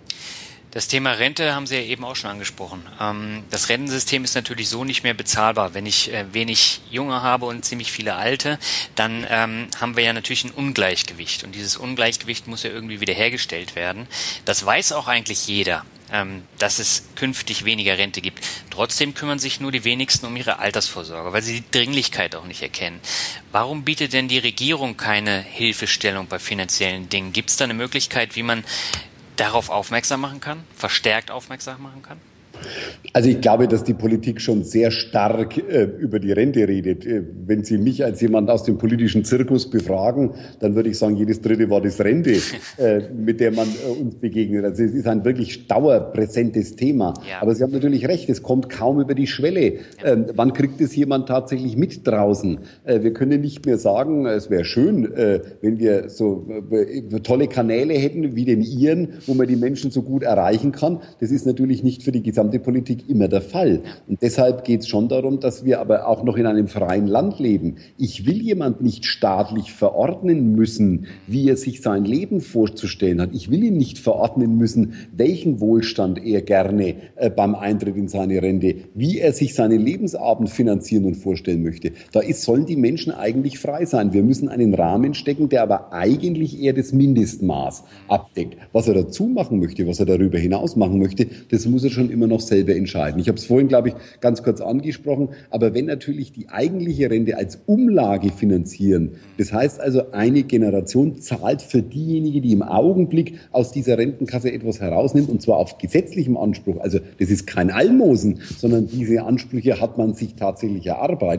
B: Das Thema Rente haben Sie ja eben auch schon angesprochen. Das Rentensystem ist natürlich so nicht mehr bezahlbar. Wenn ich wenig Junge habe und ziemlich viele Alte, dann haben wir ja natürlich ein Ungleichgewicht. Und dieses Ungleichgewicht muss ja irgendwie wiederhergestellt werden. Das weiß auch eigentlich jeder, dass es künftig weniger Rente gibt. Trotzdem kümmern sich nur die wenigsten um ihre Altersvorsorge, weil sie die Dringlichkeit auch nicht erkennen. Warum bietet denn die Regierung keine Hilfestellung bei finanziellen Dingen? Gibt es da eine Möglichkeit, wie man darauf aufmerksam machen kann, verstärkt aufmerksam machen kann?
C: Also ich glaube, dass die Politik schon sehr stark äh, über die Rente redet. Äh, wenn Sie mich als jemand aus dem politischen Zirkus befragen, dann würde ich sagen, jedes dritte Wort ist Rente, äh, mit der man äh, uns begegnet. Also es ist ein wirklich dauerpräsentes Thema. Ja. Aber Sie haben natürlich recht, es kommt kaum über die Schwelle. Ja. Ähm, wann kriegt es jemand tatsächlich mit draußen? Äh, wir können nicht mehr sagen, es wäre schön, äh, wenn wir so äh, tolle Kanäle hätten wie den Ihren, wo man die Menschen so gut erreichen kann. Das ist natürlich nicht für die gesamte Politik immer der Fall. Und deshalb geht es schon darum, dass wir aber auch noch in einem freien Land leben. Ich will jemand nicht staatlich verordnen müssen, wie er sich sein Leben vorzustellen hat. Ich will ihm nicht verordnen müssen, welchen Wohlstand er gerne äh, beim Eintritt in seine Rente, wie er sich seinen Lebensabend finanzieren und vorstellen möchte. Da ist, sollen die Menschen eigentlich frei sein. Wir müssen einen Rahmen stecken, der aber eigentlich eher das Mindestmaß abdeckt. Was er dazu machen möchte, was er darüber hinaus machen möchte, das muss er schon immer noch selber entscheiden. Ich habe es vorhin, glaube ich, ganz kurz angesprochen, aber wenn natürlich die eigentliche Rente als Umlage finanzieren, das heißt also, eine Generation zahlt für diejenige, die im Augenblick aus dieser Rentenkasse etwas herausnimmt, und zwar auf gesetzlichem Anspruch. Also das ist kein Almosen, sondern diese Ansprüche hat man sich tatsächlich erarbeitet.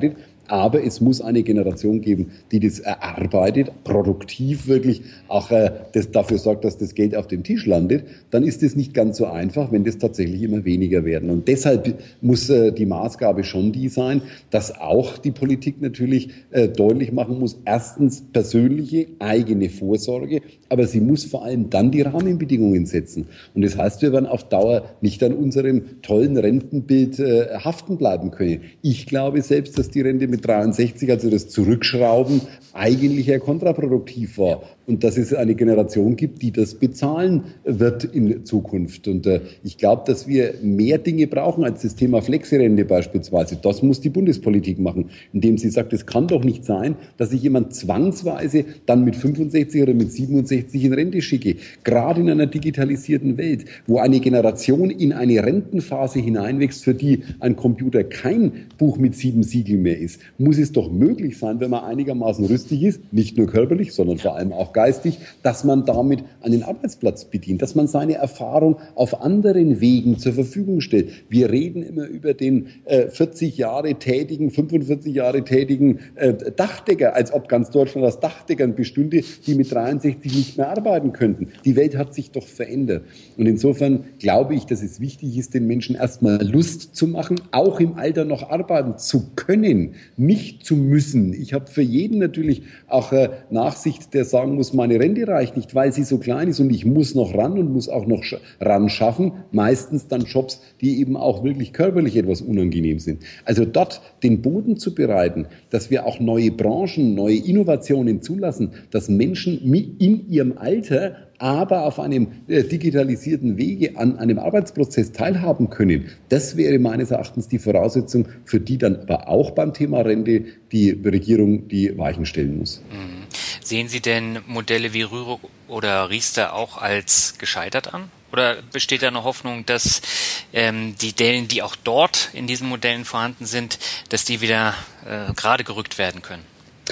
C: Aber es muss eine Generation geben, die das erarbeitet, produktiv wirklich auch äh, das dafür sorgt, dass das Geld auf dem Tisch landet. Dann ist es nicht ganz so einfach, wenn das tatsächlich immer weniger werden. Und deshalb muss äh, die Maßgabe schon die sein, dass auch die Politik natürlich äh, deutlich machen muss, erstens persönliche, eigene Vorsorge, aber sie muss vor allem dann die Rahmenbedingungen setzen. Und das heißt, wir werden auf Dauer nicht an unserem tollen Rentenbild äh, haften bleiben können. Ich glaube selbst, dass die Rente mit dreiundsechzig, also das Zurückschrauben, eigentlich eher kontraproduktiv war. Und dass es eine Generation gibt, die das bezahlen wird in Zukunft. Und äh, ich glaube, dass wir mehr Dinge brauchen als das Thema Flexirente beispielsweise. Das muss die Bundespolitik machen, indem sie sagt, es kann doch nicht sein, dass ich jemand zwangsweise dann mit fünfundsechzig oder mit siebenundsechzig in Rente schicke. Gerade in einer digitalisierten Welt, wo eine Generation in eine Rentenphase hineinwächst, für die ein Computer kein Buch mit sieben Siegeln mehr ist, muss es doch möglich sein, wenn man einigermaßen rüstig ist, nicht nur körperlich, sondern vor allem auch geistig, dass man damit einen Arbeitsplatz bedient, dass man seine Erfahrung auf anderen Wegen zur Verfügung stellt. Wir reden immer über den äh, vierzig Jahre tätigen, fünfundvierzig Jahre tätigen äh, Dachdecker, als ob ganz Deutschland aus Dachdeckern bestünde, die mit dreiundsechzig nicht mehr arbeiten könnten. Die Welt hat sich doch verändert. Und insofern glaube ich, dass es wichtig ist, den Menschen erstmal Lust zu machen, auch im Alter noch arbeiten zu können, nicht zu müssen. Ich habe für jeden natürlich auch äh, Nachsicht, der sagen muss, meine Rente reicht nicht, weil sie so klein ist und ich muss noch ran und muss auch noch ran schaffen. Meistens dann Jobs, die eben auch wirklich körperlich etwas unangenehm sind. Also dort den Boden zu bereiten, dass wir auch neue Branchen, neue Innovationen zulassen, dass Menschen in ihrem Alter aber auf einem äh, digitalisierten Wege an einem Arbeitsprozess teilhaben können. Das wäre meines Erachtens die Voraussetzung, für die dann aber auch beim Thema Rente die Regierung die Weichen stellen muss.
B: Mhm. Sehen Sie denn Modelle wie Rürup oder Riester auch als gescheitert an? Oder besteht da eine Hoffnung, dass ähm, die Dellen, die auch dort in diesen Modellen vorhanden sind, dass die wieder äh, gerade gerückt werden können?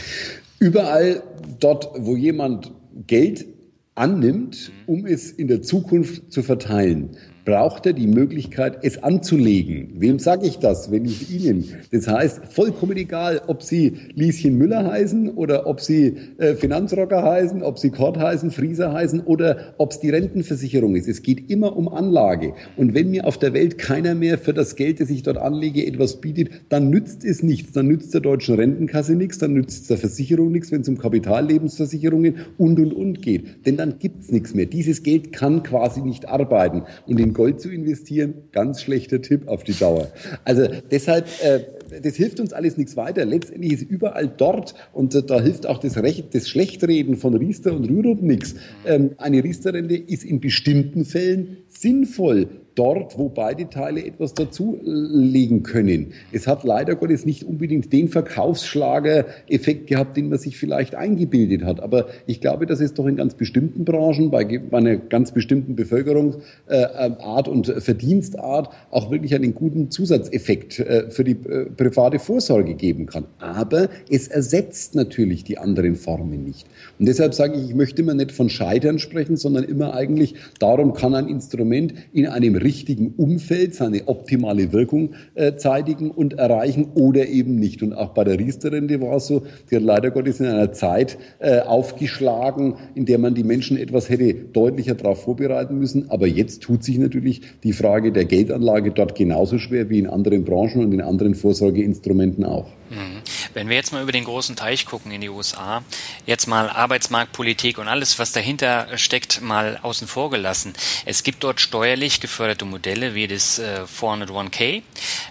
C: Überall dort, wo jemand Geld annimmt, um es in der Zukunft zu verteilen, braucht er die Möglichkeit, es anzulegen. Wem sage ich das, wenn nicht Ihnen? Das heißt, vollkommen egal, ob Sie Lieschen Müller heißen oder ob Sie äh, Finanzrocker heißen, ob Sie Kort heißen, Frieser heißen oder ob es die Rentenversicherung ist. Es geht immer um Anlage. Und wenn mir auf der Welt keiner mehr für das Geld, das ich dort anlege, etwas bietet, dann nützt es nichts. Dann nützt der deutschen Rentenkasse nichts, dann nützt es der Versicherung nichts, wenn es um Kapitallebensversicherungen und, und, und geht. Denn dann gibt es nichts mehr. Dieses Geld kann quasi nicht arbeiten. Und in Gold zu investieren, ganz schlechter Tipp auf die Dauer. Also deshalb, äh, das hilft uns alles nichts weiter. Letztendlich ist überall dort, und äh, da hilft auch das, Recht, das Schlechtreden von Riester und Rürup nichts. Ähm, eine Riester-Rente ist in bestimmten Fällen sinnvoll. Dort, wo beide Teile etwas dazulegen können. Es hat leider Gottes nicht unbedingt den Verkaufsschlager-Effekt gehabt, den man sich vielleicht eingebildet hat. Aber ich glaube, dass es doch in ganz bestimmten Branchen, bei einer ganz bestimmten Bevölkerungsart und Verdienstart auch wirklich einen guten Zusatzeffekt für die private Vorsorge geben kann. Aber es ersetzt natürlich die anderen Formen nicht. Und deshalb sage ich, ich möchte immer nicht von Scheitern sprechen, sondern immer eigentlich, darum kann ein Instrument in einem richtigen Umfeld seine optimale Wirkung äh, zeitigen und erreichen oder eben nicht. Und auch bei der Riester-Rente war es so, die hat leider Gottes in einer Zeit äh, aufgeschlagen, in der man die Menschen etwas hätte deutlicher darauf vorbereiten müssen. Aber jetzt tut sich natürlich die Frage der Geldanlage dort genauso schwer wie in anderen Branchen und in anderen Vorsorgeinstrumenten auch.
B: Wenn wir jetzt mal über den großen Teich gucken in die U S A, jetzt mal Arbeitsmarktpolitik und alles, was dahinter steckt, mal außen vor gelassen. Es gibt dort steuerlich geförderte Modelle wie das äh, vierhunderteins K,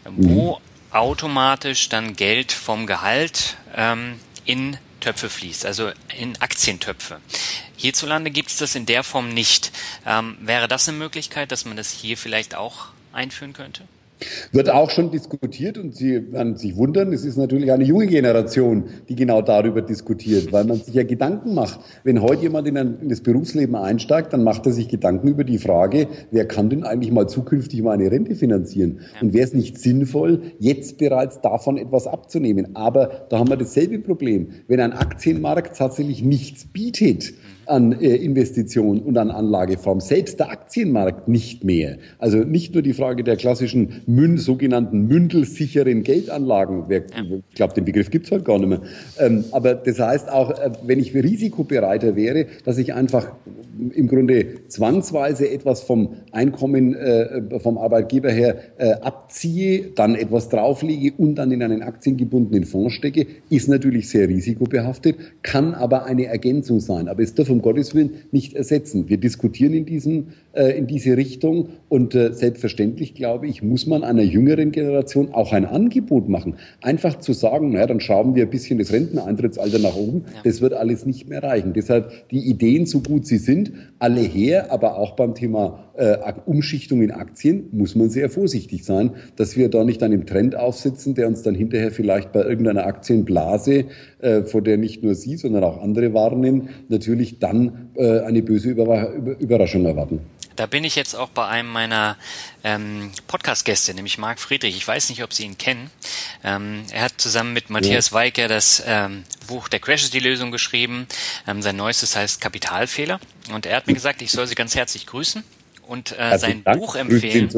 B: wo mhm. automatisch dann Geld vom Gehalt ähm, in Töpfe fließt, also in Aktientöpfe. Hierzulande gibt es das in der Form nicht. Ähm, wäre das eine Möglichkeit, dass man das hier vielleicht auch einführen könnte?
C: Wird auch schon diskutiert, und Sie werden sich wundern, es ist natürlich eine junge Generation, die genau darüber diskutiert, weil man sich ja Gedanken macht. Wenn heute jemand in, ein, in das Berufsleben einsteigt, dann macht er sich Gedanken über die Frage, wer kann denn eigentlich mal zukünftig mal eine Rente finanzieren? Und wäre es nicht sinnvoll, jetzt bereits davon etwas abzunehmen? Aber da haben wir dasselbe Problem. Wenn ein Aktienmarkt tatsächlich nichts bietet, an äh, Investitionen und an Anlageform. Selbst der Aktienmarkt nicht mehr. Also nicht nur die Frage der klassischen Mün- sogenannten mündelsicheren Geldanlagen. Wer, ich glaube, den Begriff gibt es halt gar nicht mehr. Ähm, aber das heißt auch, äh, wenn ich risikobereiter wäre, dass ich einfach im Grunde zwangsweise etwas vom Einkommen äh, vom Arbeitgeber her äh, abziehe, dann etwas drauflege und dann in einen aktiengebundenen Fonds stecke, ist natürlich sehr risikobehaftet, kann aber eine Ergänzung sein. Aber es darf um Gottes Willen nicht ersetzen. Wir diskutieren in, diesem, äh, in diese Richtung und äh, selbstverständlich, glaube ich, muss man einer jüngeren Generation auch ein Angebot machen. Einfach zu sagen, naja, dann schrauben wir ein bisschen das Renteneintrittsalter nach oben, ja. Das wird alles nicht mehr reichen. Deshalb die Ideen, so gut sie sind, alle her, aber auch beim Thema äh, Umschichtung in Aktien muss man sehr vorsichtig sein, dass wir da nicht an dem Trend aufsitzen, der uns dann hinterher vielleicht bei irgendeiner Aktienblase, äh, vor der nicht nur Sie, sondern auch andere warnen, natürlich dann äh, eine böse Über- Über- Überraschung erwarten.
B: Da bin ich jetzt auch bei einem meiner ähm, Podcast-Gäste, nämlich Marc Friedrich. Ich weiß nicht, ob Sie ihn kennen. Ähm, er hat zusammen mit Matthias ja. Weicker das ähm, Buch Der Crash ist die Lösung geschrieben. Ähm, sein neuestes heißt Kapitalfehler. Und er hat mir gesagt, ich soll Sie ganz herzlich grüßen und äh, sein Dank. Buch empfehlen.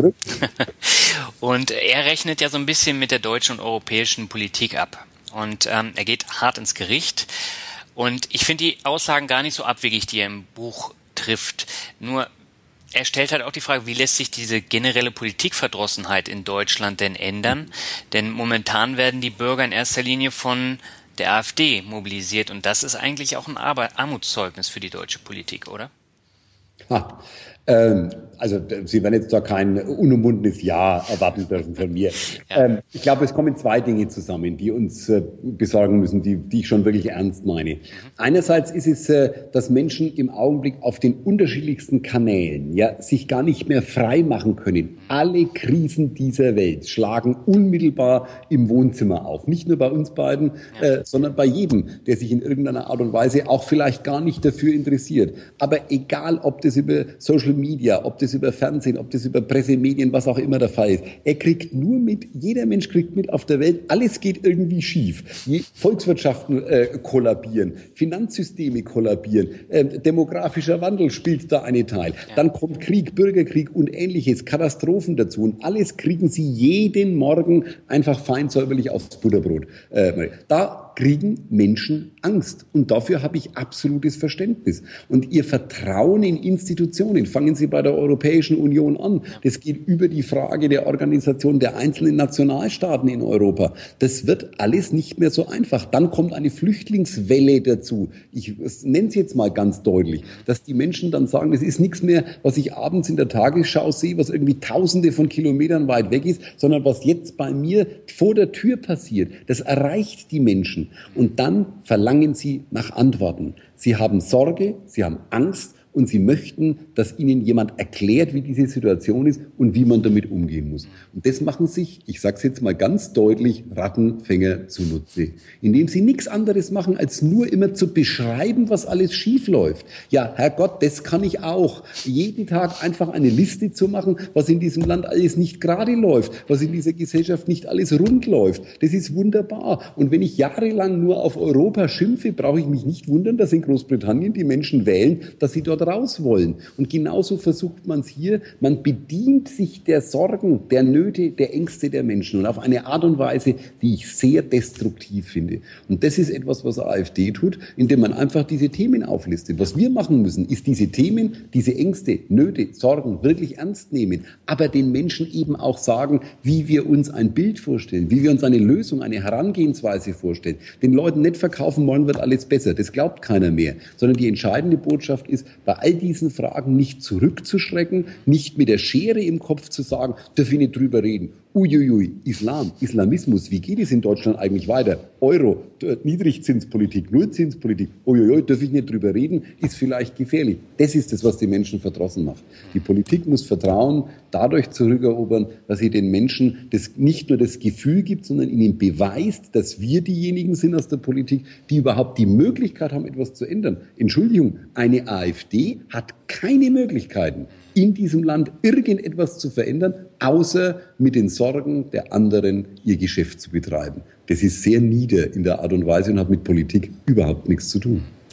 B: Und er rechnet ja so ein bisschen mit der deutschen und europäischen Politik ab. Und ähm, er geht hart ins Gericht. Und ich finde die Aussagen gar nicht so abwegig, die er im Buch trifft. Nur er stellt halt auch die Frage, wie lässt sich diese generelle Politikverdrossenheit in Deutschland denn ändern? Denn momentan werden die Bürger in erster Linie von der AfD mobilisiert. Und das ist eigentlich auch ein Armutszeugnis für die deutsche Politik, oder?
C: Ha. Ähm, also Sie werden jetzt da kein unumwundenes Ja erwarten dürfen von mir. Ja. Ähm, ich glaube, es kommen zwei Dinge zusammen, die uns äh, besorgen müssen, die, die ich schon wirklich ernst meine. Mhm. Einerseits ist es, äh, dass Menschen im Augenblick auf den unterschiedlichsten Kanälen ja sich gar nicht mehr frei machen können. Mhm. Alle Krisen dieser Welt schlagen unmittelbar im Wohnzimmer auf. Nicht nur bei uns beiden, ja. äh, sondern bei jedem, der sich in irgendeiner Art und Weise auch vielleicht gar nicht dafür interessiert. Aber egal, ob das über Social Media, ob das über Fernsehen, ob das über Pressemedien, was auch immer der Fall ist. Er kriegt nur mit, jeder Mensch kriegt mit auf der Welt, alles geht irgendwie schief. Die Volkswirtschaften äh, kollabieren, Finanzsysteme kollabieren, äh, demografischer Wandel spielt da einen Teil. Ja. Dann kommt Krieg, Bürgerkrieg und Ähnliches, Katastrophen dazu und alles kriegen sie jeden Morgen einfach feinsäuberlich aufs Butterbrot. Äh, da kriegen Menschen Angst. Und dafür habe ich absolutes Verständnis. Und ihr Vertrauen in Institutionen, fangen Sie bei der Europäischen Union an. Das geht über die Frage der Organisation der einzelnen Nationalstaaten in Europa. Das wird alles nicht mehr so einfach. Dann kommt eine Flüchtlingswelle dazu. Ich nenne es jetzt mal ganz deutlich, dass die Menschen dann sagen, es ist nichts mehr, was ich abends in der Tagesschau sehe, was irgendwie tausende von Kilometern weit weg ist, sondern was jetzt bei mir vor der Tür passiert. Das erreicht die Menschen. Und dann verlangen sie nach Antworten. Sie haben Sorge, sie haben Angst und sie möchten, dass ihnen jemand erklärt, wie diese Situation ist und wie man damit umgehen muss. Und das machen sich, ich sage es jetzt mal ganz deutlich, Rattenfänger zunutze, indem sie nichts anderes machen, als nur immer zu beschreiben, was alles schief läuft. Ja, Herrgott, das kann ich auch. Jeden Tag einfach eine Liste zu machen, was in diesem Land alles nicht gerade läuft, was in dieser Gesellschaft nicht alles rund läuft. Das ist wunderbar. Und wenn ich jahrelang nur auf Europa schimpfe, brauche ich mich nicht wundern, dass in Großbritannien die Menschen wählen, dass sie dort raus wollen. Und genauso versucht man es hier. Man bedient sich der Sorgen, der Nöte, der Ängste der Menschen und auf eine Art und Weise, die ich sehr destruktiv finde. Und das ist etwas, was AfD tut, indem man einfach diese Themen auflistet. Was wir machen müssen, ist diese Themen, diese Ängste, Nöte, Sorgen wirklich ernst nehmen, aber den Menschen eben auch sagen, wie wir uns ein Bild vorstellen, wie wir uns eine Lösung, eine Herangehensweise vorstellen. Den Leuten nicht verkaufen, morgen wird alles besser. Das glaubt keiner mehr. Sondern die entscheidende Botschaft ist, bei all diesen Fragen nicht zurückzuschrecken, nicht mit der Schere im Kopf zu sagen, darf ich nicht drüber reden. Uiuiui, Islam, Islamismus, wie geht es in Deutschland eigentlich weiter? Euro, Niedrigzinspolitik, Nullzinspolitik, uiuiui, darf ich nicht drüber reden, ist vielleicht gefährlich. Das ist das, was die Menschen verdrossen macht. Die Politik muss Vertrauen dadurch zurückerobern, dass sie den Menschen das nicht nur das Gefühl gibt, sondern ihnen beweist, dass wir diejenigen sind aus der Politik, die überhaupt die Möglichkeit haben, etwas zu ändern. Entschuldigung, eine AfD hat keine Möglichkeiten, in diesem Land irgendetwas zu verändern, außer mit den Sorgen der anderen ihr Geschäft zu betreiben. Das ist sehr nieder in der Art und Weise und hat mit Politik überhaupt nichts zu tun.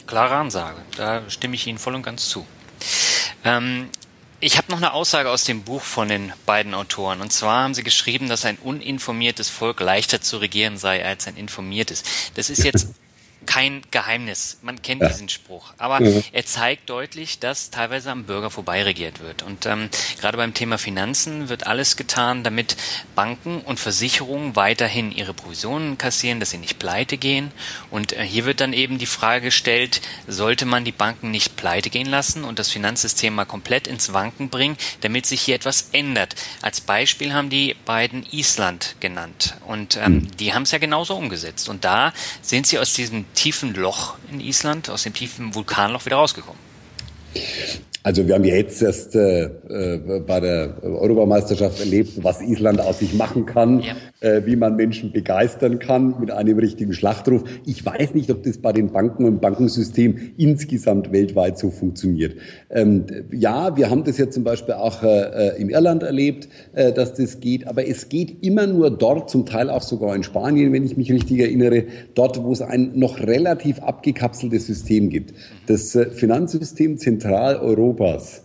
B: Klare Ansage, da stimme ich Ihnen voll und ganz zu. Ähm, ich habe noch eine Aussage aus dem Buch von den beiden Autoren. Und zwar haben sie geschrieben, dass ein uninformiertes Volk leichter zu regieren sei als ein informiertes. Das ist jetzt kein Geheimnis. Man kennt ja diesen Spruch. Aber ja. er zeigt deutlich, dass teilweise am Bürger vorbeiregiert wird. Und ähm, gerade beim Thema Finanzen wird alles getan, damit Banken und Versicherungen weiterhin ihre Provisionen kassieren, dass sie nicht pleite gehen. Und äh, hier wird dann eben die Frage gestellt, sollte man die Banken nicht pleite gehen lassen und das Finanzsystem mal komplett ins Wanken bringen, damit sich hier etwas ändert. Als Beispiel haben die beiden Island genannt. Und ähm, mhm. die haben es ja genauso umgesetzt. Und da sind sie aus diesem tiefen Loch in Island, aus dem tiefen Vulkanloch wieder rausgekommen.
C: Also wir haben ja jetzt erst äh, bei der Europameisterschaft erlebt, was Island aus sich machen kann, ja. äh, wie man Menschen begeistern kann mit einem richtigen Schlachtruf. Ich weiß nicht, ob das bei den Banken und Bankensystem insgesamt weltweit so funktioniert. Ähm, ja, wir haben das ja zum Beispiel auch äh, in Irland erlebt, äh, dass das geht, aber es geht immer nur dort, zum Teil auch sogar in Spanien, wenn ich mich richtig erinnere, dort, wo es ein noch relativ abgekapseltes System gibt. Das äh, Finanzsystem Zentraleuropa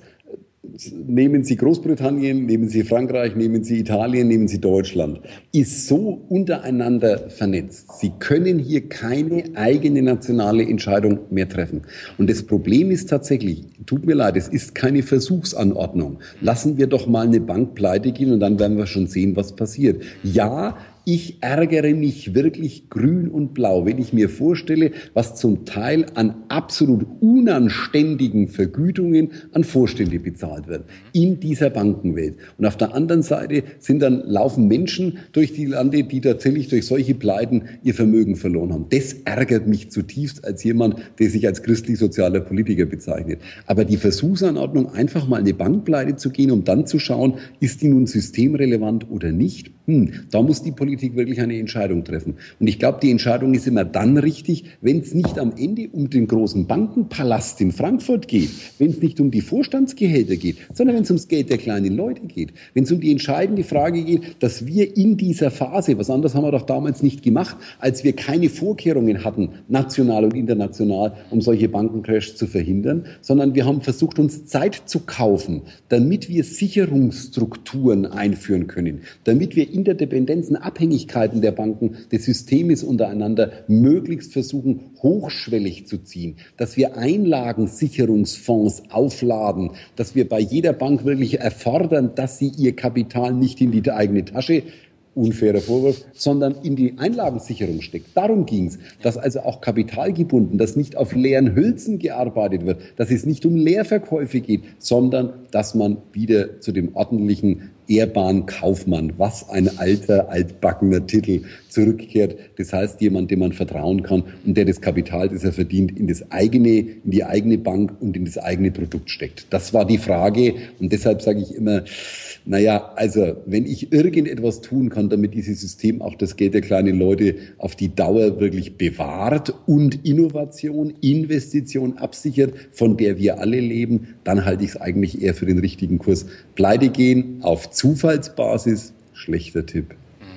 C: nehmen Sie Großbritannien, nehmen Sie Frankreich, nehmen Sie Italien, nehmen Sie Deutschland, ist so untereinander vernetzt. Sie können hier keine eigene nationale Entscheidung mehr treffen. Und das Problem ist tatsächlich, tut mir leid, es ist keine Versuchsanordnung. Lassen wir doch mal eine Bank pleite gehen und dann werden wir schon sehen, was passiert. Ja, ich ärgere mich wirklich grün und blau, wenn ich mir vorstelle, was zum Teil an absolut unanständigen Vergütungen an Vorstände bezahlt wird in dieser Bankenwelt. Und auf der anderen Seite sind dann laufen Menschen durch die Lande, die tatsächlich durch solche Pleiten ihr Vermögen verloren haben. Das ärgert mich zutiefst als jemand, der sich als christlich-sozialer Politiker bezeichnet. Aber die Versuchsanordnung, einfach mal eine Bankpleite zu gehen, um dann zu schauen, ist die nun systemrelevant oder nicht, hm, da muss die Politik wirklich eine Entscheidung treffen. Und ich glaube, die Entscheidung ist immer dann richtig, wenn es nicht am Ende um den großen Bankenpalast in Frankfurt geht, wenn es nicht um die Vorstandsgehälter geht, sondern wenn es ums Geld der kleinen Leute geht, wenn es um die entscheidende Frage geht, dass wir in dieser Phase, was anderes haben wir doch damals nicht gemacht, als wir keine Vorkehrungen hatten, national und international, um solche Bankencrashs zu verhindern, sondern wir haben versucht, uns Zeit zu kaufen, damit wir Sicherungsstrukturen einführen können, damit wir Interdependenzen, Abhängigkeiten der Banken, des Systems untereinander möglichst versuchen, hochschwellig zu ziehen, dass wir Einlagensicherungsfonds aufladen, dass wir bei jeder Bank wirklich erfordern, dass sie ihr Kapital nicht in die eigene Tasche, unfairer Vorwurf, sondern in die Einlagensicherung steckt. Darum ging es, dass also auch kapitalgebunden, dass nicht auf leeren Hülsen gearbeitet wird, dass es nicht um Leerverkäufe geht, sondern dass man wieder zu dem ordentlichen ehrbaren Kaufmann, was ein alter, altbackener Titel, zurückkehrt. Das heißt, jemand, dem man vertrauen kann und der das Kapital, das er verdient, in das eigene, in die eigene Bank und in das eigene Produkt steckt. Das war die Frage und deshalb sage ich immer, naja, also wenn ich irgendetwas tun kann, damit dieses System auch das Geld der kleinen Leute auf die Dauer wirklich bewahrt und Innovation, Investition absichert, von der wir alle leben, dann halte ich es eigentlich eher für den richtigen Kurs. Pleite gehen auf Zufallsbasis, schlechter Tipp.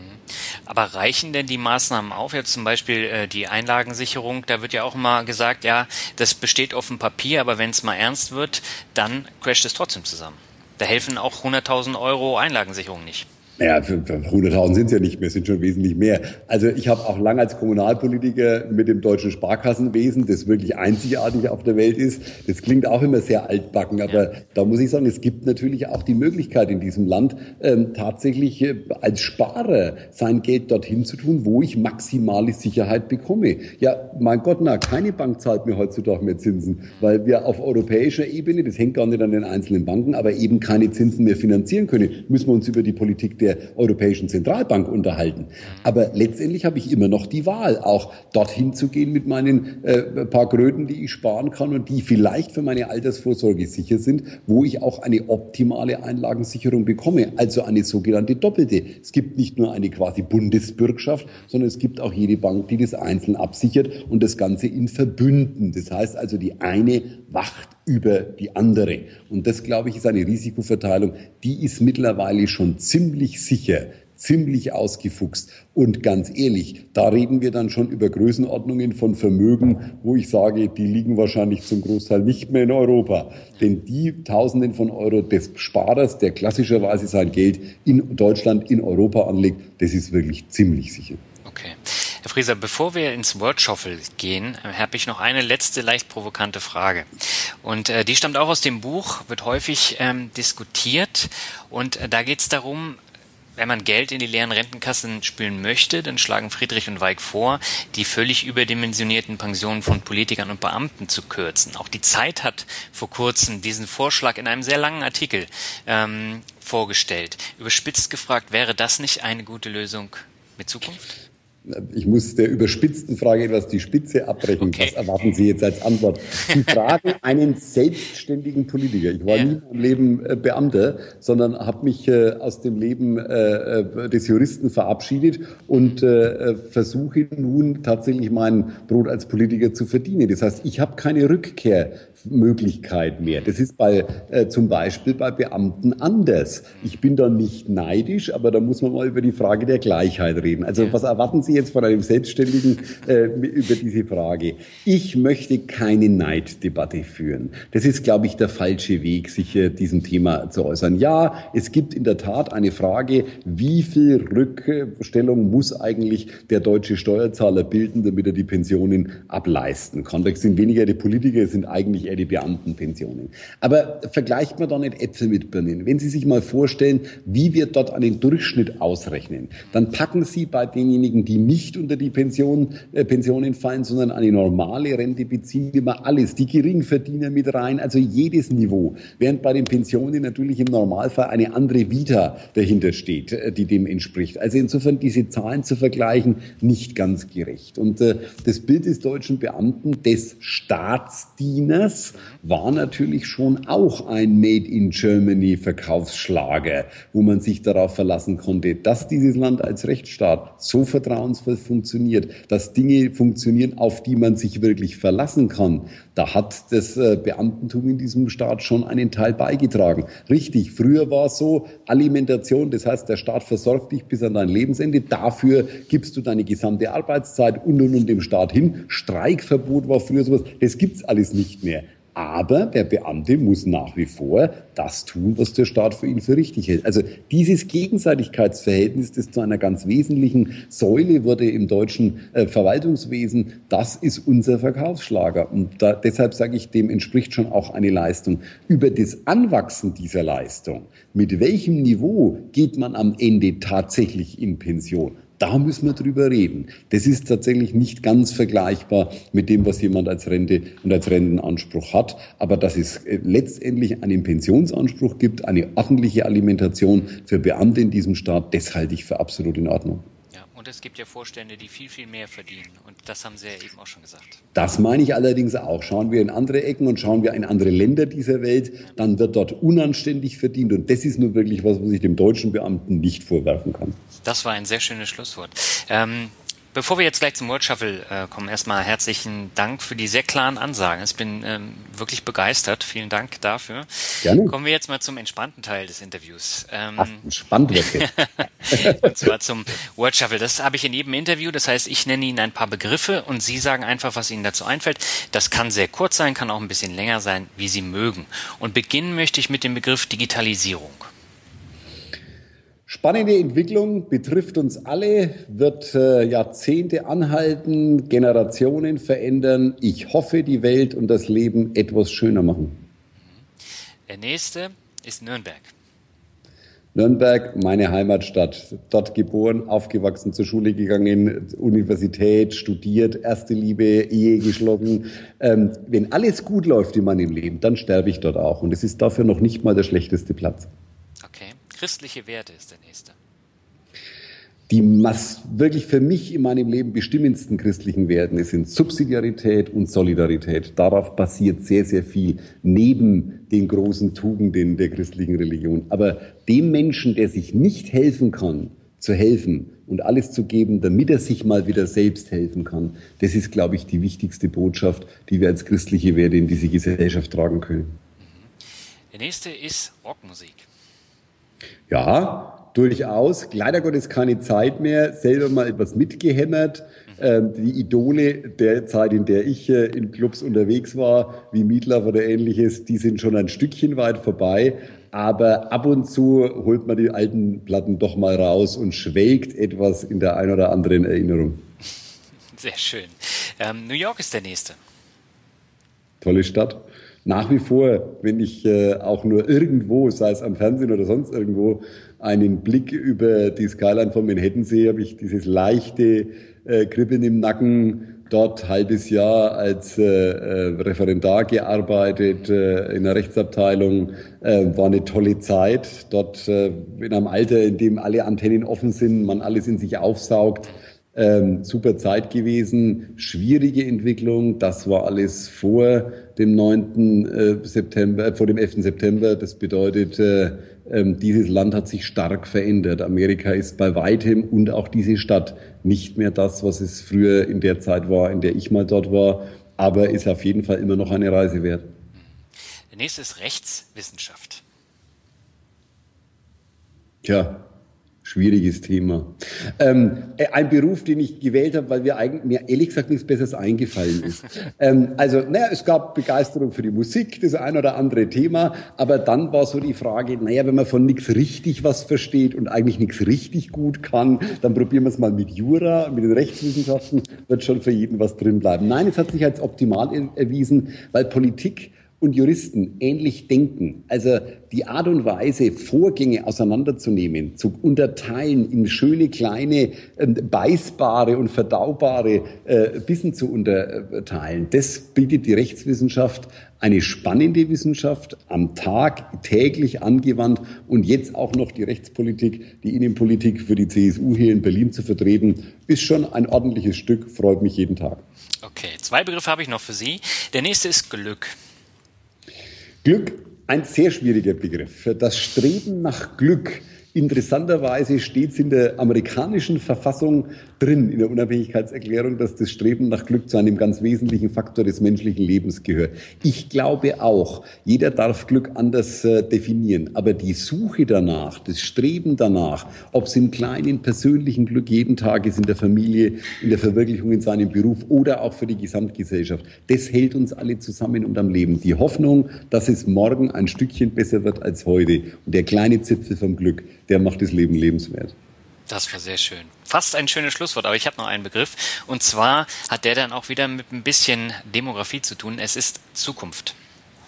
B: Aber reichen denn die Maßnahmen auf? Jetzt zum Beispiel äh, die Einlagensicherung, da wird ja auch immer gesagt, ja, das besteht auf dem Papier, aber wenn es mal ernst wird, dann crasht es trotzdem zusammen. Da helfen auch hunderttausend Euro Einlagensicherung nicht.
C: Naja, für, für hunderttausend sind es ja nicht mehr, es sind schon wesentlich mehr. Also ich habe auch lange als Kommunalpolitiker mit dem deutschen Sparkassenwesen, das wirklich einzigartig auf der Welt ist, das klingt auch immer sehr altbacken, aber ja. Da muss ich sagen, es gibt natürlich auch die Möglichkeit in diesem Land, ähm, tatsächlich äh, als Sparer sein Geld dorthin zu tun, wo ich maximale Sicherheit bekomme. Ja, mein Gott, na, keine Bank zahlt mir heutzutage mehr Zinsen, weil wir auf europäischer Ebene, das hängt gar nicht an den einzelnen Banken, aber eben keine Zinsen mehr finanzieren können, müssen wir uns über die Politik der der Europäischen Zentralbank unterhalten. Aber letztendlich habe ich immer noch die Wahl, auch dorthin zu gehen mit meinen äh, paar Kröten, die ich sparen kann und die vielleicht für meine Altersvorsorge sicher sind, wo ich auch eine optimale Einlagensicherung bekomme, also eine sogenannte doppelte. Es gibt nicht nur eine quasi Bundesbürgschaft, sondern es gibt auch jede Bank, die das einzeln absichert und das Ganze in Verbünden. Das heißt also, die eine wacht über die andere. Und das, glaube ich, ist eine Risikoverteilung, die ist mittlerweile schon ziemlich sicher ziemlich ausgefuchst. Und ganz ehrlich, da reden wir dann schon über Größenordnungen von Vermögen, wo ich sage, die liegen wahrscheinlich zum Großteil nicht mehr in Europa. Denn die Tausenden von Euro des Sparers, der klassischerweise sein Geld in Deutschland, in Europa anlegt, das ist wirklich ziemlich sicher.
B: Okay. Herr Frieser, bevor wir ins Word Shuffle gehen, habe ich noch eine letzte leicht provokante Frage. Und äh, die stammt auch aus dem Buch, wird häufig ähm, diskutiert. Und äh, da geht es darum, wenn man Geld in die leeren Rentenkassen spülen möchte, dann schlagen Friedrich und Weig vor, die völlig überdimensionierten Pensionen von Politikern und Beamten zu kürzen. Auch die Zeit hat vor kurzem diesen Vorschlag in einem sehr langen Artikel ähm, vorgestellt. Überspitzt gefragt, wäre das nicht eine gute Lösung mit Zukunft?
C: Ich muss der überspitzten Frage etwas die Spitze abbrechen. Okay. Was erwarten Sie jetzt als Antwort? Sie fragen einen selbstständigen Politiker. Ich war ja. nie in meinem Leben äh, Beamter, sondern habe mich äh, aus dem Leben äh, des Juristen verabschiedet und äh, versuche nun tatsächlich mein Brot als Politiker zu verdienen. Das heißt, ich habe keine Rückkehrmöglichkeit mehr. Das ist bei äh, zum Beispiel bei Beamten anders. Ich bin da nicht neidisch, aber da muss man mal über die Frage der Gleichheit reden. Also ja. was erwarten Sie jetzt von einem Selbstständigen äh, über diese Frage? Ich möchte keine Neiddebatte führen. Das ist, glaube ich, der falsche Weg, sich äh, diesem Thema zu äußern. Ja, es gibt in der Tat eine Frage, wie viel Rückstellung muss eigentlich der deutsche Steuerzahler bilden, damit er die Pensionen ableisten kann. Das sind weniger die Politiker, es sind eigentlich eher die Beamtenpensionen. Aber vergleicht man da nicht Äpfel mit Birnen. Wenn Sie sich mal vorstellen, wie wir dort einen Durchschnitt ausrechnen, dann packen Sie bei denjenigen, die nicht unter die Pension, äh, Pensionen fallen, sondern eine normale Rente beziehen, immer alles, die Geringverdiener mit rein, also jedes Niveau. Während bei den Pensionen natürlich im Normalfall eine andere Vita dahinter steht, äh, die dem entspricht. Also insofern diese Zahlen zu vergleichen, nicht ganz gerecht. Und äh, das Bild des deutschen Beamten, des Staatsdieners, war natürlich schon auch ein Made in Germany Verkaufsschlager, wo man sich darauf verlassen konnte, dass dieses Land als Rechtsstaat so vertrauensvoll funktioniert, dass Dinge funktionieren, auf die man sich wirklich verlassen kann. Da hat das äh, Beamtentum in diesem Staat schon einen Teil beigetragen. Richtig, früher war es so, Alimentation, das heißt, der Staat versorgt dich bis an dein Lebensende, dafür gibst du deine gesamte Arbeitszeit und und und dem Staat hin. Streikverbot war früher sowas, das gibt's alles nicht mehr. Aber der Beamte muss nach wie vor das tun, was der Staat für ihn für richtig hält. Also dieses Gegenseitigkeitsverhältnis, das zu einer ganz wesentlichen Säule wurde im deutschen äh, Verwaltungswesen, das ist unser Verkaufsschlager. Und da, deshalb sage ich, dem entspricht schon auch eine Leistung. Über das Anwachsen dieser Leistung, mit welchem Niveau geht man am Ende tatsächlich in Pension? Da müssen wir drüber reden. Das ist tatsächlich nicht ganz vergleichbar mit dem, was jemand als Rente und als Rentenanspruch hat. Aber dass es letztendlich einen Pensionsanspruch gibt, eine ordentliche Alimentation für Beamte in diesem Staat, das halte ich für absolut in Ordnung.
B: Und es gibt ja Vorstände, die viel, viel mehr verdienen. Und das haben Sie ja eben auch schon gesagt.
C: Das meine ich allerdings auch. Schauen wir in andere Ecken und schauen wir in andere Länder dieser Welt, dann wird dort unanständig verdient. Und das ist nun wirklich was, was ich dem deutschen Beamten nicht vorwerfen kann.
B: Das war ein sehr schönes Schlusswort. Ähm Bevor wir jetzt gleich zum Word Shuffle äh, kommen, erstmal herzlichen Dank für die sehr klaren Ansagen. Ich bin ähm, wirklich begeistert. Vielen Dank dafür.
C: Gerne.
B: Kommen wir jetzt mal zum entspannten Teil des Interviews. Ähm,
C: Ach, entspannt wird jetzt.
B: Und zwar zum Word Shuffle. Das habe ich in jedem Interview. Das heißt, ich nenne Ihnen ein paar Begriffe und Sie sagen einfach, was Ihnen dazu einfällt. Das kann sehr kurz sein, kann auch ein bisschen länger sein, wie Sie mögen. Und beginnen möchte ich mit dem Begriff Digitalisierung.
C: Spannende Entwicklung, betrifft uns alle, wird äh, Jahrzehnte anhalten, Generationen verändern. Ich hoffe, die Welt und das Leben etwas schöner machen.
B: Der nächste ist Nürnberg.
C: Nürnberg, meine Heimatstadt. Dort geboren, aufgewachsen, zur Schule gegangen, Universität, studiert, erste Liebe, Ehe geschlossen. Ähm, wenn alles gut läuft in meinem Leben, dann sterbe ich dort auch. Und es ist dafür noch nicht mal der schlechteste Platz.
B: Okay. Christliche Werte ist der nächste.
C: Die mas- wirklich für mich in meinem Leben bestimmendsten christlichen Werten sind Subsidiarität und Solidarität. Darauf basiert sehr, sehr viel neben den großen Tugenden der christlichen Religion. Aber dem Menschen, der sich nicht helfen kann, zu helfen und alles zu geben, damit er sich mal wieder selbst helfen kann, das ist, glaube ich, die wichtigste Botschaft, die wir als christliche Werte in diese Gesellschaft tragen können.
B: Der nächste ist Rockmusik.
C: Ja, durchaus. Leider Gottes keine Zeit mehr, selber mal etwas mitgehämmert. Ähm, die Idole der Zeit, in der ich äh, in Clubs unterwegs war, wie Meatloaf oder ähnliches, die sind schon ein Stückchen weit vorbei. Aber ab und zu holt man die alten Platten doch mal raus und schwelgt etwas in der ein oder anderen Erinnerung.
B: Sehr schön. Ähm, New York ist der nächste.
C: Tolle Stadt. Nach wie vor, wenn ich äh, auch nur irgendwo, sei es am Fernsehen oder sonst irgendwo, einen Blick über die Skyline von Manhattan sehe, habe ich dieses leichte äh, Kribbeln im Nacken. Dort halbes Jahr als äh, äh, Referendar gearbeitet äh, in der Rechtsabteilung. Äh, war eine tolle Zeit. Dort äh, in einem Alter, in dem alle Antennen offen sind, man alles in sich aufsaugt. Ähm, super Zeit gewesen, schwierige Entwicklung, das war alles vor dem neunten Äh, September, äh, vor dem elften September. Das bedeutet, äh, äh, dieses Land hat sich stark verändert. Amerika ist bei weitem und auch diese Stadt nicht mehr das, was es früher in der Zeit war, in der ich mal dort war, aber ist auf jeden Fall immer noch eine Reise wert.
B: Der nächste ist Rechtswissenschaft.
C: Tja. Schwieriges Thema. Ähm, ein Beruf, den ich gewählt habe, weil mir eigentlich, mir ehrlich gesagt nichts Besseres eingefallen ist. ähm, also, naja, es gab Begeisterung für die Musik, das ein oder andere Thema, aber dann war so die Frage, naja, wenn man von nichts richtig was versteht und eigentlich nichts richtig gut kann, dann probieren wir es mal mit Jura, mit den Rechtswissenschaften, wird schon für jeden was drin bleiben. Nein, es hat sich als optimal erwiesen, weil Politik und Juristen ähnlich denken. Also die Art und Weise, Vorgänge auseinanderzunehmen, zu unterteilen in schöne, kleine, äh, beißbare und verdaubare äh, Bissen zu unterteilen, das bietet die Rechtswissenschaft, eine spannende Wissenschaft, am Tag, täglich angewandt und jetzt auch noch die Rechtspolitik, die Innenpolitik für die C S U hier in Berlin zu vertreten, ist schon ein ordentliches Stück, freut mich jeden Tag.
B: Okay, zwei Begriffe habe ich noch für Sie. Der nächste ist Glück.
C: Glück, ein sehr schwieriger Begriff. Das Streben nach Glück, interessanterweise steht es in der amerikanischen Verfassung drin, in der Unabhängigkeitserklärung, dass das Streben nach Glück zu einem ganz wesentlichen Faktor des menschlichen Lebens gehört. Ich glaube auch, jeder darf Glück anders äh, definieren, aber die Suche danach, das Streben danach, ob es im kleinen persönlichen Glück jeden Tag ist, in der Familie, in der Verwirklichung in seinem Beruf oder auch für die Gesamtgesellschaft, das hält uns alle zusammen und am Leben. Die Hoffnung, dass es morgen ein Stückchen besser wird als heute und der kleine Zipfel vom Glück, der macht das Leben lebenswert.
B: Das war sehr schön. Fast ein schönes Schlusswort, aber ich habe noch einen Begriff. Und zwar hat der dann auch wieder mit ein bisschen Demografie zu tun. Es ist Zukunft.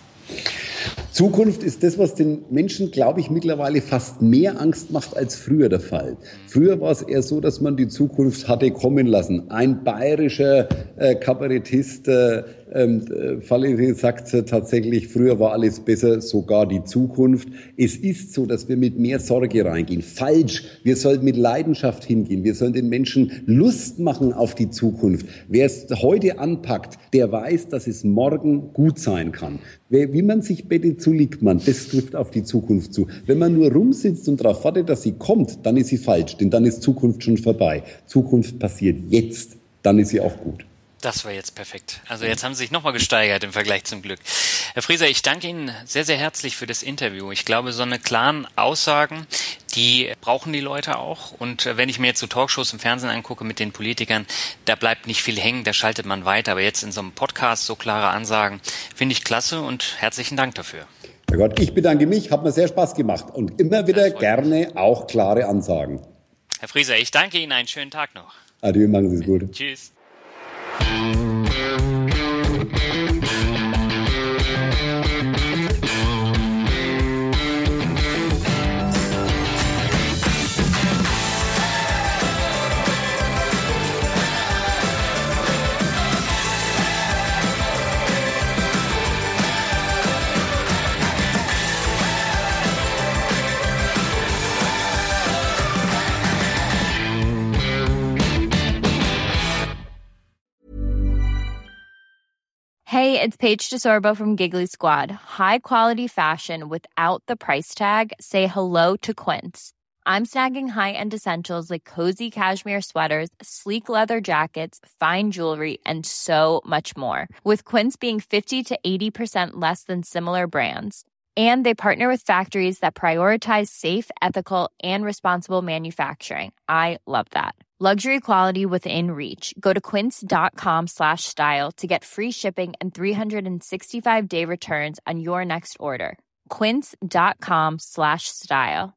C: Zukunft ist das, was den Menschen, glaube ich, mittlerweile fast mehr Angst macht als früher der Fall. Früher war es eher so, dass man die Zukunft hatte kommen lassen. Ein bayerischer äh, Kabarettist, äh, äh, Falle sagt äh, tatsächlich, früher war alles besser, sogar die Zukunft. Es ist so, dass wir mit mehr Sorge reingehen. Falsch. Wir sollten mit Leidenschaft hingehen. Wir sollen den Menschen Lust machen auf die Zukunft. Wer es heute anpackt, der weiß, dass es morgen gut sein kann. Wie man sich bettet, so liegt man. Das trifft auf die Zukunft zu. Wenn man nur rumsitzt und darauf wartet, dass sie kommt, dann ist sie falsch, denn dann ist Zukunft schon vorbei. Zukunft passiert jetzt, dann ist sie auch gut.
B: Das war jetzt perfekt. Also jetzt haben Sie sich nochmal gesteigert im Vergleich zum Glück. Herr Frieser, ich danke Ihnen sehr, sehr herzlich für das Interview. Ich glaube, so eine klaren Aussagen, die brauchen die Leute auch. Und wenn ich mir jetzt so Talkshows im Fernsehen angucke mit den Politikern, da bleibt nicht viel hängen, da schaltet man weiter. Aber jetzt in so einem Podcast so klare Ansagen, finde ich klasse und herzlichen Dank dafür.
C: Herr Gott, ich bedanke mich, hat mir sehr Spaß gemacht und immer wieder gerne auch klare Ansagen.
B: Herr Frieser, ich danke Ihnen, einen schönen Tag noch.
C: Adieu, machen Sie es gut.
B: Tschüss.
D: Hey, it's Paige DeSorbo from Giggly Squad. High quality fashion without the price tag. Say hello to Quince. I'm snagging high-end essentials like cozy cashmere sweaters, sleek leather jackets, fine jewelry, and so much more. With Quince being fifty to eighty percent less than similar brands. And they partner with factories that prioritize safe, ethical, and responsible manufacturing. I love that. Luxury quality within reach. Go to quince.com slash style to get free shipping and three sixty-five day returns on your next order. Quince.com slash style.